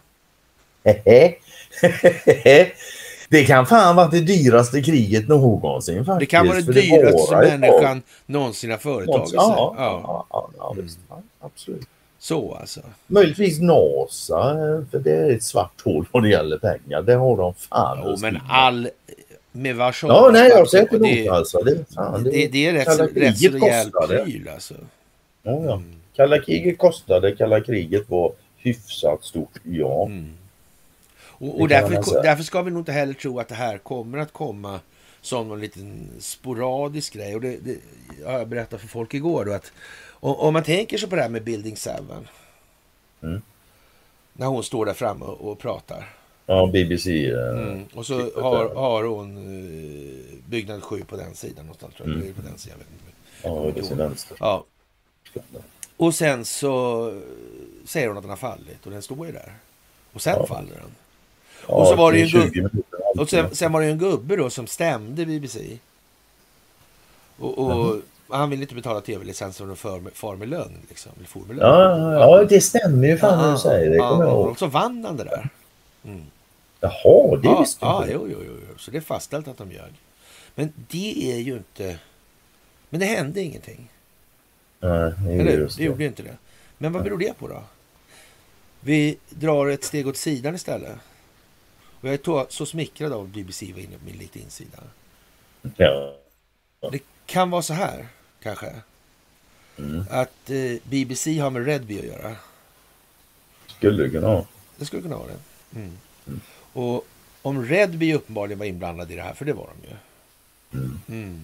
Det kan fan vara det dyraste kriget någonsin faktiskt. Det kan vara det för dyraste det människan ett... någonsin har företagit sig. Ja, ja, ja, ja, mm. ja, absolut. Så alltså. Möjligtvis NASA, för det är ett svart hål vad det gäller pengar. Det har de fan. Jo, men all med varsom. Ja, nej, jag sätter det, alltså. Det, fan, det, det, det är rätt, rätt så rejält pryl alltså. Ja, ja. Mm. Kalla kriget kostade, kalla kriget var hyfsat stort, ja. Mm. Och, och därför, därför ska vi nog inte heller tro att det här kommer att komma som någon liten sporadisk grej. Och det, det ja, jag berättade för folk igår då att om, om man tänker sig på det här med Building seven. Mm. När hon står där framme och, och pratar. Ja, B B C. Uh, mm. Och så har, har hon uh, byggnad sju på den sidan någonstans. Tror jag. Mm. På den sidan, jag vet inte. Ja, det är vänster. Ja. Och sen så säger hon att den har fallit. Och den står ju där. Och sen ja. faller den. Ja, och så var det ju en gubbe, och sen, sen var det en gubbe då som stämde B B C. Och, och mm. han vill inte betala tv-licensen och för, far med lön. Liksom, eller for med lön. Ja, ja, det stämmer ju fan när du säger det. Ja, Kommer jag ja, ihåg. och så vann han det där. Mm. Jaha, det Ja, visste ja, inte. jo, jo, jo, jo. Så det är fastställt att de ljög. Men det är ju inte... Men det hände ingenting. Nej, det är Eller just det gjorde ju inte det. Men vad beror det på då? Vi drar ett steg åt sidan istället. Och jag är to- så smickrad av B B C var inne på min lite insida. Ja. Det kan vara så här, kanske. Mm. Att eh, B B C har med Redby att göra. Skulle det kunna ha. Det skulle kunna ha det. Mm. Mm. Och om Redby uppenbarligen var inblandad i det här, för det var de ju. Mm. Mm.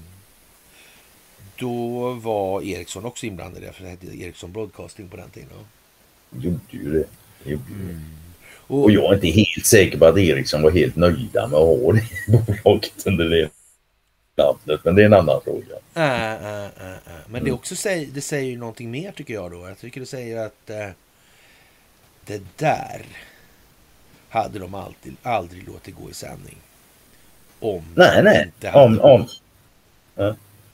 Då var Ericsson också inblandad i det, för det hette Ericsson Broadcasting på den tiden. Gjorde ju det. Gjorde ju det. Mm. Och, Och jag är inte helt säker på att Ericsson var helt nöjda med att ha det bolaget under det namnet, men det är en annan fråga. Äh, äh, äh, äh. Men det, också säger, det säger ju någonting mer tycker jag då. Jag tycker det säger att äh, det där hade de alltid, aldrig låtit gå i sändning. Om Nej, nej. Inte hade Om, om. Ja.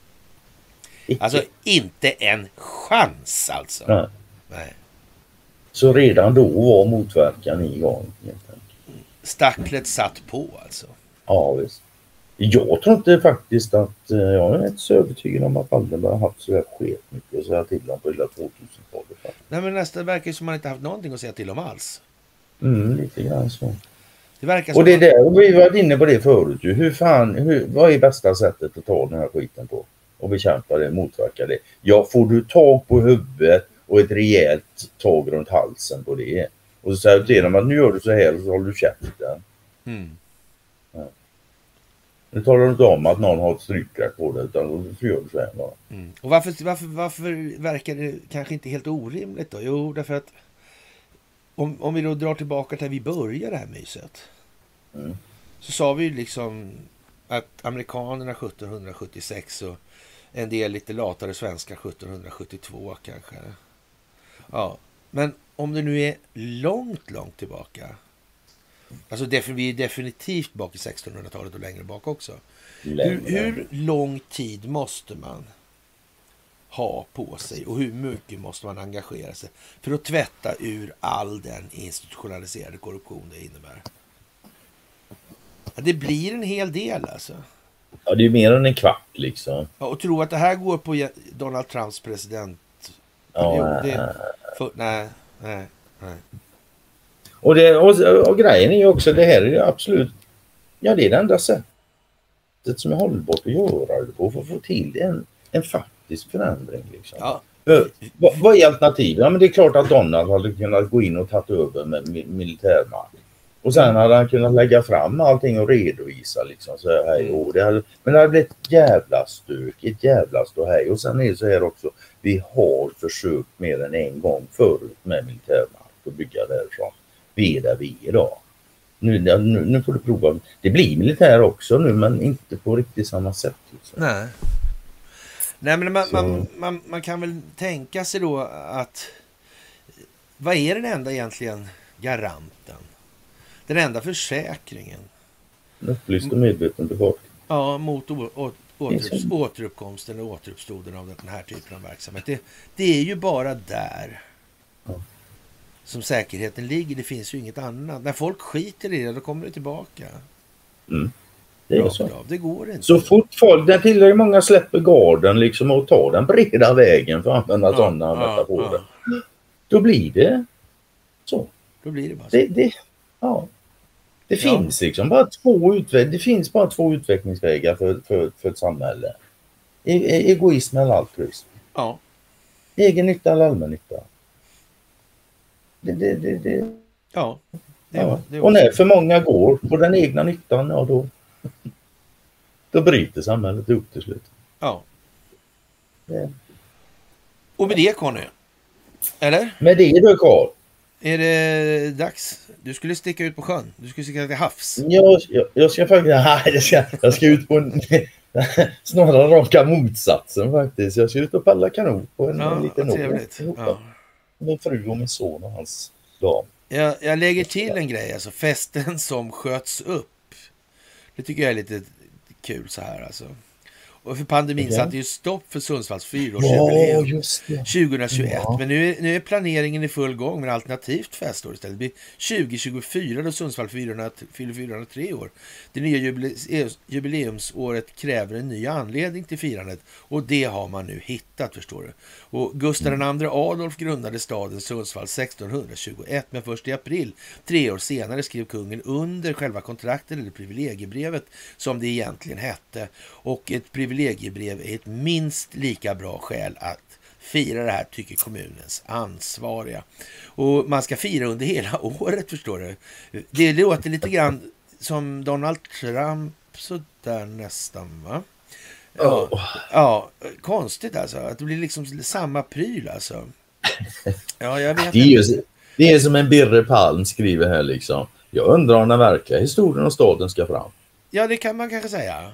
Alltså inte en chans alltså. Nej. Nej. Så redan då var motverkan igång. Stacklet satt på alltså. Ja, visst. Jag tror inte faktiskt att, jag är inte så övertygad om att Wallenberg har haft så där skit mycket att säga till om på hela tvåtusentalet. Nej, men nästan verkar som man inte haft någonting att säga till om alls. Mm, lite grann så. Det verkar som och det är att... det, och vi var inne på det förut ju. Hur fan, hur, vad är bästa sättet att ta den här skiten på? Och bekämpa det, motverka det. Ja, får du tag på huvudet och ett rejält tag runt halsen på det. Och så säger du till dem att nu gör du så här och så håller du käften. Mm. Ja. Nu talar du inte om att någon har ett strypgrepp på det, utan så gör du så här bara. Mm. Och varför, varför, varför verkar det kanske inte helt orimligt då? Jo, därför att om, om vi då drar tillbaka till vi börjar det här myset. Mm. Så sa vi ju liksom att amerikanerna sjutton sjuttiosex och en del lite latare svenskar sjutton sjuttiotvå kanske. Ja, men om det nu är långt, långt tillbaka. Alltså vi är definitivt bak i sextonhundratalet och längre bak också. Hur, hur lång tid måste man ha på sig och hur mycket måste man engagera sig för att tvätta ur all den institutionaliserade korruption det innebär? Ja, det blir en hel del alltså. Ja, det är mer än en kvart liksom. Ja, och tro att det här går på Donald Trumps president. Ja, det, för, nej, nej, nej. Och, det, och, och grejen är ju också, det här är ju absolut, ja det är det enda sättet som är hållbart att göra det på för att få till en, en faktisk förändring liksom. Ja. För, vad, vad är alternativet? Ja men det är klart att Donald hade kunnat gå in och tagit över med mi- militärmakt. Och sen hade han kunnat lägga fram allting och redovisa liksom så här, hej, och det hade, men det hade blivit ett jävla stök, ett jävla ståhej. Och sen är det så här också, vi har försökt mer än en gång förut med militärmakt att bygga därifrån. Vi är där vi är idag. Nu, nu, nu får du prova. Det blir militär också nu, men inte på riktigt samma sätt. Liksom. Nej. Nej, men man, man, man, man kan väl tänka sig då att vad är den enda egentligen garanten? Den enda försäkringen? En upplyst och medveten befolkning. Ja, mot å, å, återupp, återuppkomsten och återuppstoden av den här typen av verksamhet. Det, det är ju bara där ja. som säkerheten ligger. Det finns ju inget annat. När folk skiter i det, då kommer det tillbaka. Mm. Det är så. Det går inte. Så fort folk, den tillhör ju många släpper garden liksom och tar den breda vägen för att använda ja, sådana ja, metaforer. Ja. Då blir det så. Då blir det bara så. Det, det, ja. det ja. finns liksom bara två utveck- det finns bara två utvecklingsvägar för, för, för ett samhälle. E- egoism eller altruism. Ja. Egen nytta eller allmän nytta. Det, det, det, det. Ja. Det, ja. Det och när för många går på den egna nyttan, ja då då bryter samhället upp till slut. Ja. Det. Och med det, Conny, eller? Med det då, Carl. Är det dags? Du skulle sticka ut på sjön. Du skulle sticka till havs. Jag, jag, jag ska faktiskt... Nej, jag ska, jag ska ut på en... snarare raka motsatsen faktiskt. Jag ska ut och paddla kanot på en, ja, en liten trevligt. Ja. Min fru och min son och hans dam. Jag, jag lägger till en grej. Alltså festen som sköts upp. Det tycker jag är lite kul så här alltså. Och för pandemin Okay. satte ju stopp för Sundsvalls fyraårsjubileum Ja, just det. tjugohundratjugoett. Ja. Men nu är, nu är planeringen i full gång med alternativt festår istället. Det blir tjugo tjugofyra då Sundsvall fyller fyrahundratre år. Det nya jubileums, jubileumsåret kräver en ny anledning till firandet. Och det har man nu hittat, förstår du. Och Gustav den andre Adolf grundade staden Sundsvall sextonhundratjugoett. Men först i april, tre år senare, skrev kungen under själva kontraktet eller privilegiebrevet som det egentligen hette. Och ett privilegiebrev är ett minst lika bra skäl att fira det här, tycker kommunens ansvariga. Och man ska fira under hela året, förstår du. Det låter lite grann som Donald Trump så där nästan, va? Ja, Oh. ja, konstigt alltså. Att det blir liksom samma pryl alltså. Ja, jag vet Det är, inte. ju, det är som en Birre Palm skriver här liksom. Jag undrar om den verkliga historien om staden ska fram. Ja, det kan man kanske säga.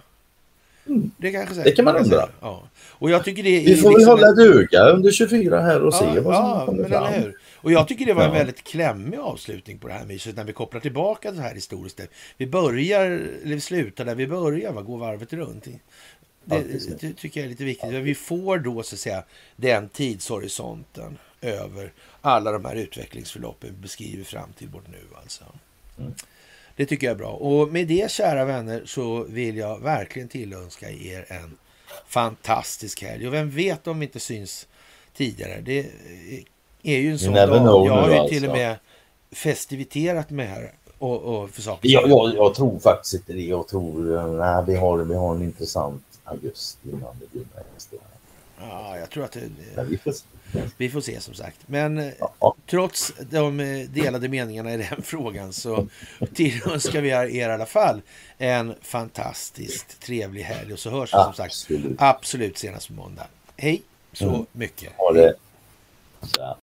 Det, kanske säga. Det kan man undra. Säga. Ja. Och jag tycker det är Vi får väl liksom hålla en... ett öga under tjugofyra här och ja, se vad som ja, kommer men fram. eller hur? Och jag tycker det var en Ja. väldigt klämmig avslutning på det här myset när vi kopplar tillbaka det här historiskt. Vi börjar, eller vi slutar där vi börjar, va? Gå varvet runt. Det, Ja, det, det tycker jag är lite viktigt. Vi får då så att säga den tidshorisonten över alla de här utvecklingsförloppen vi beskriver fram till vårt nu alltså. Mm. Det tycker jag är bra. Och med det, kära vänner, så vill jag verkligen tillönska er en fantastisk helg. Och vem vet om vi inte syns tidigare. Det är ju en sån never dag. know Jag har nu, ju alltså. till och med festiviterat med här och, och för saker. Jag, jag, jag tror faktiskt inte det. Jag tror nej, vi, har, vi har en intressant augusti innan det blir nästa. Ja, jag tror att det, Men vi får se. vi får se som sagt. Men Ja. trots de delade meningarna i den frågan så tillönskar vi er i alla fall en fantastiskt trevlig helg. Och så hörs vi som sagt Absolut. absolut senast på måndag. Hej så Mm. mycket. Ha det. Så.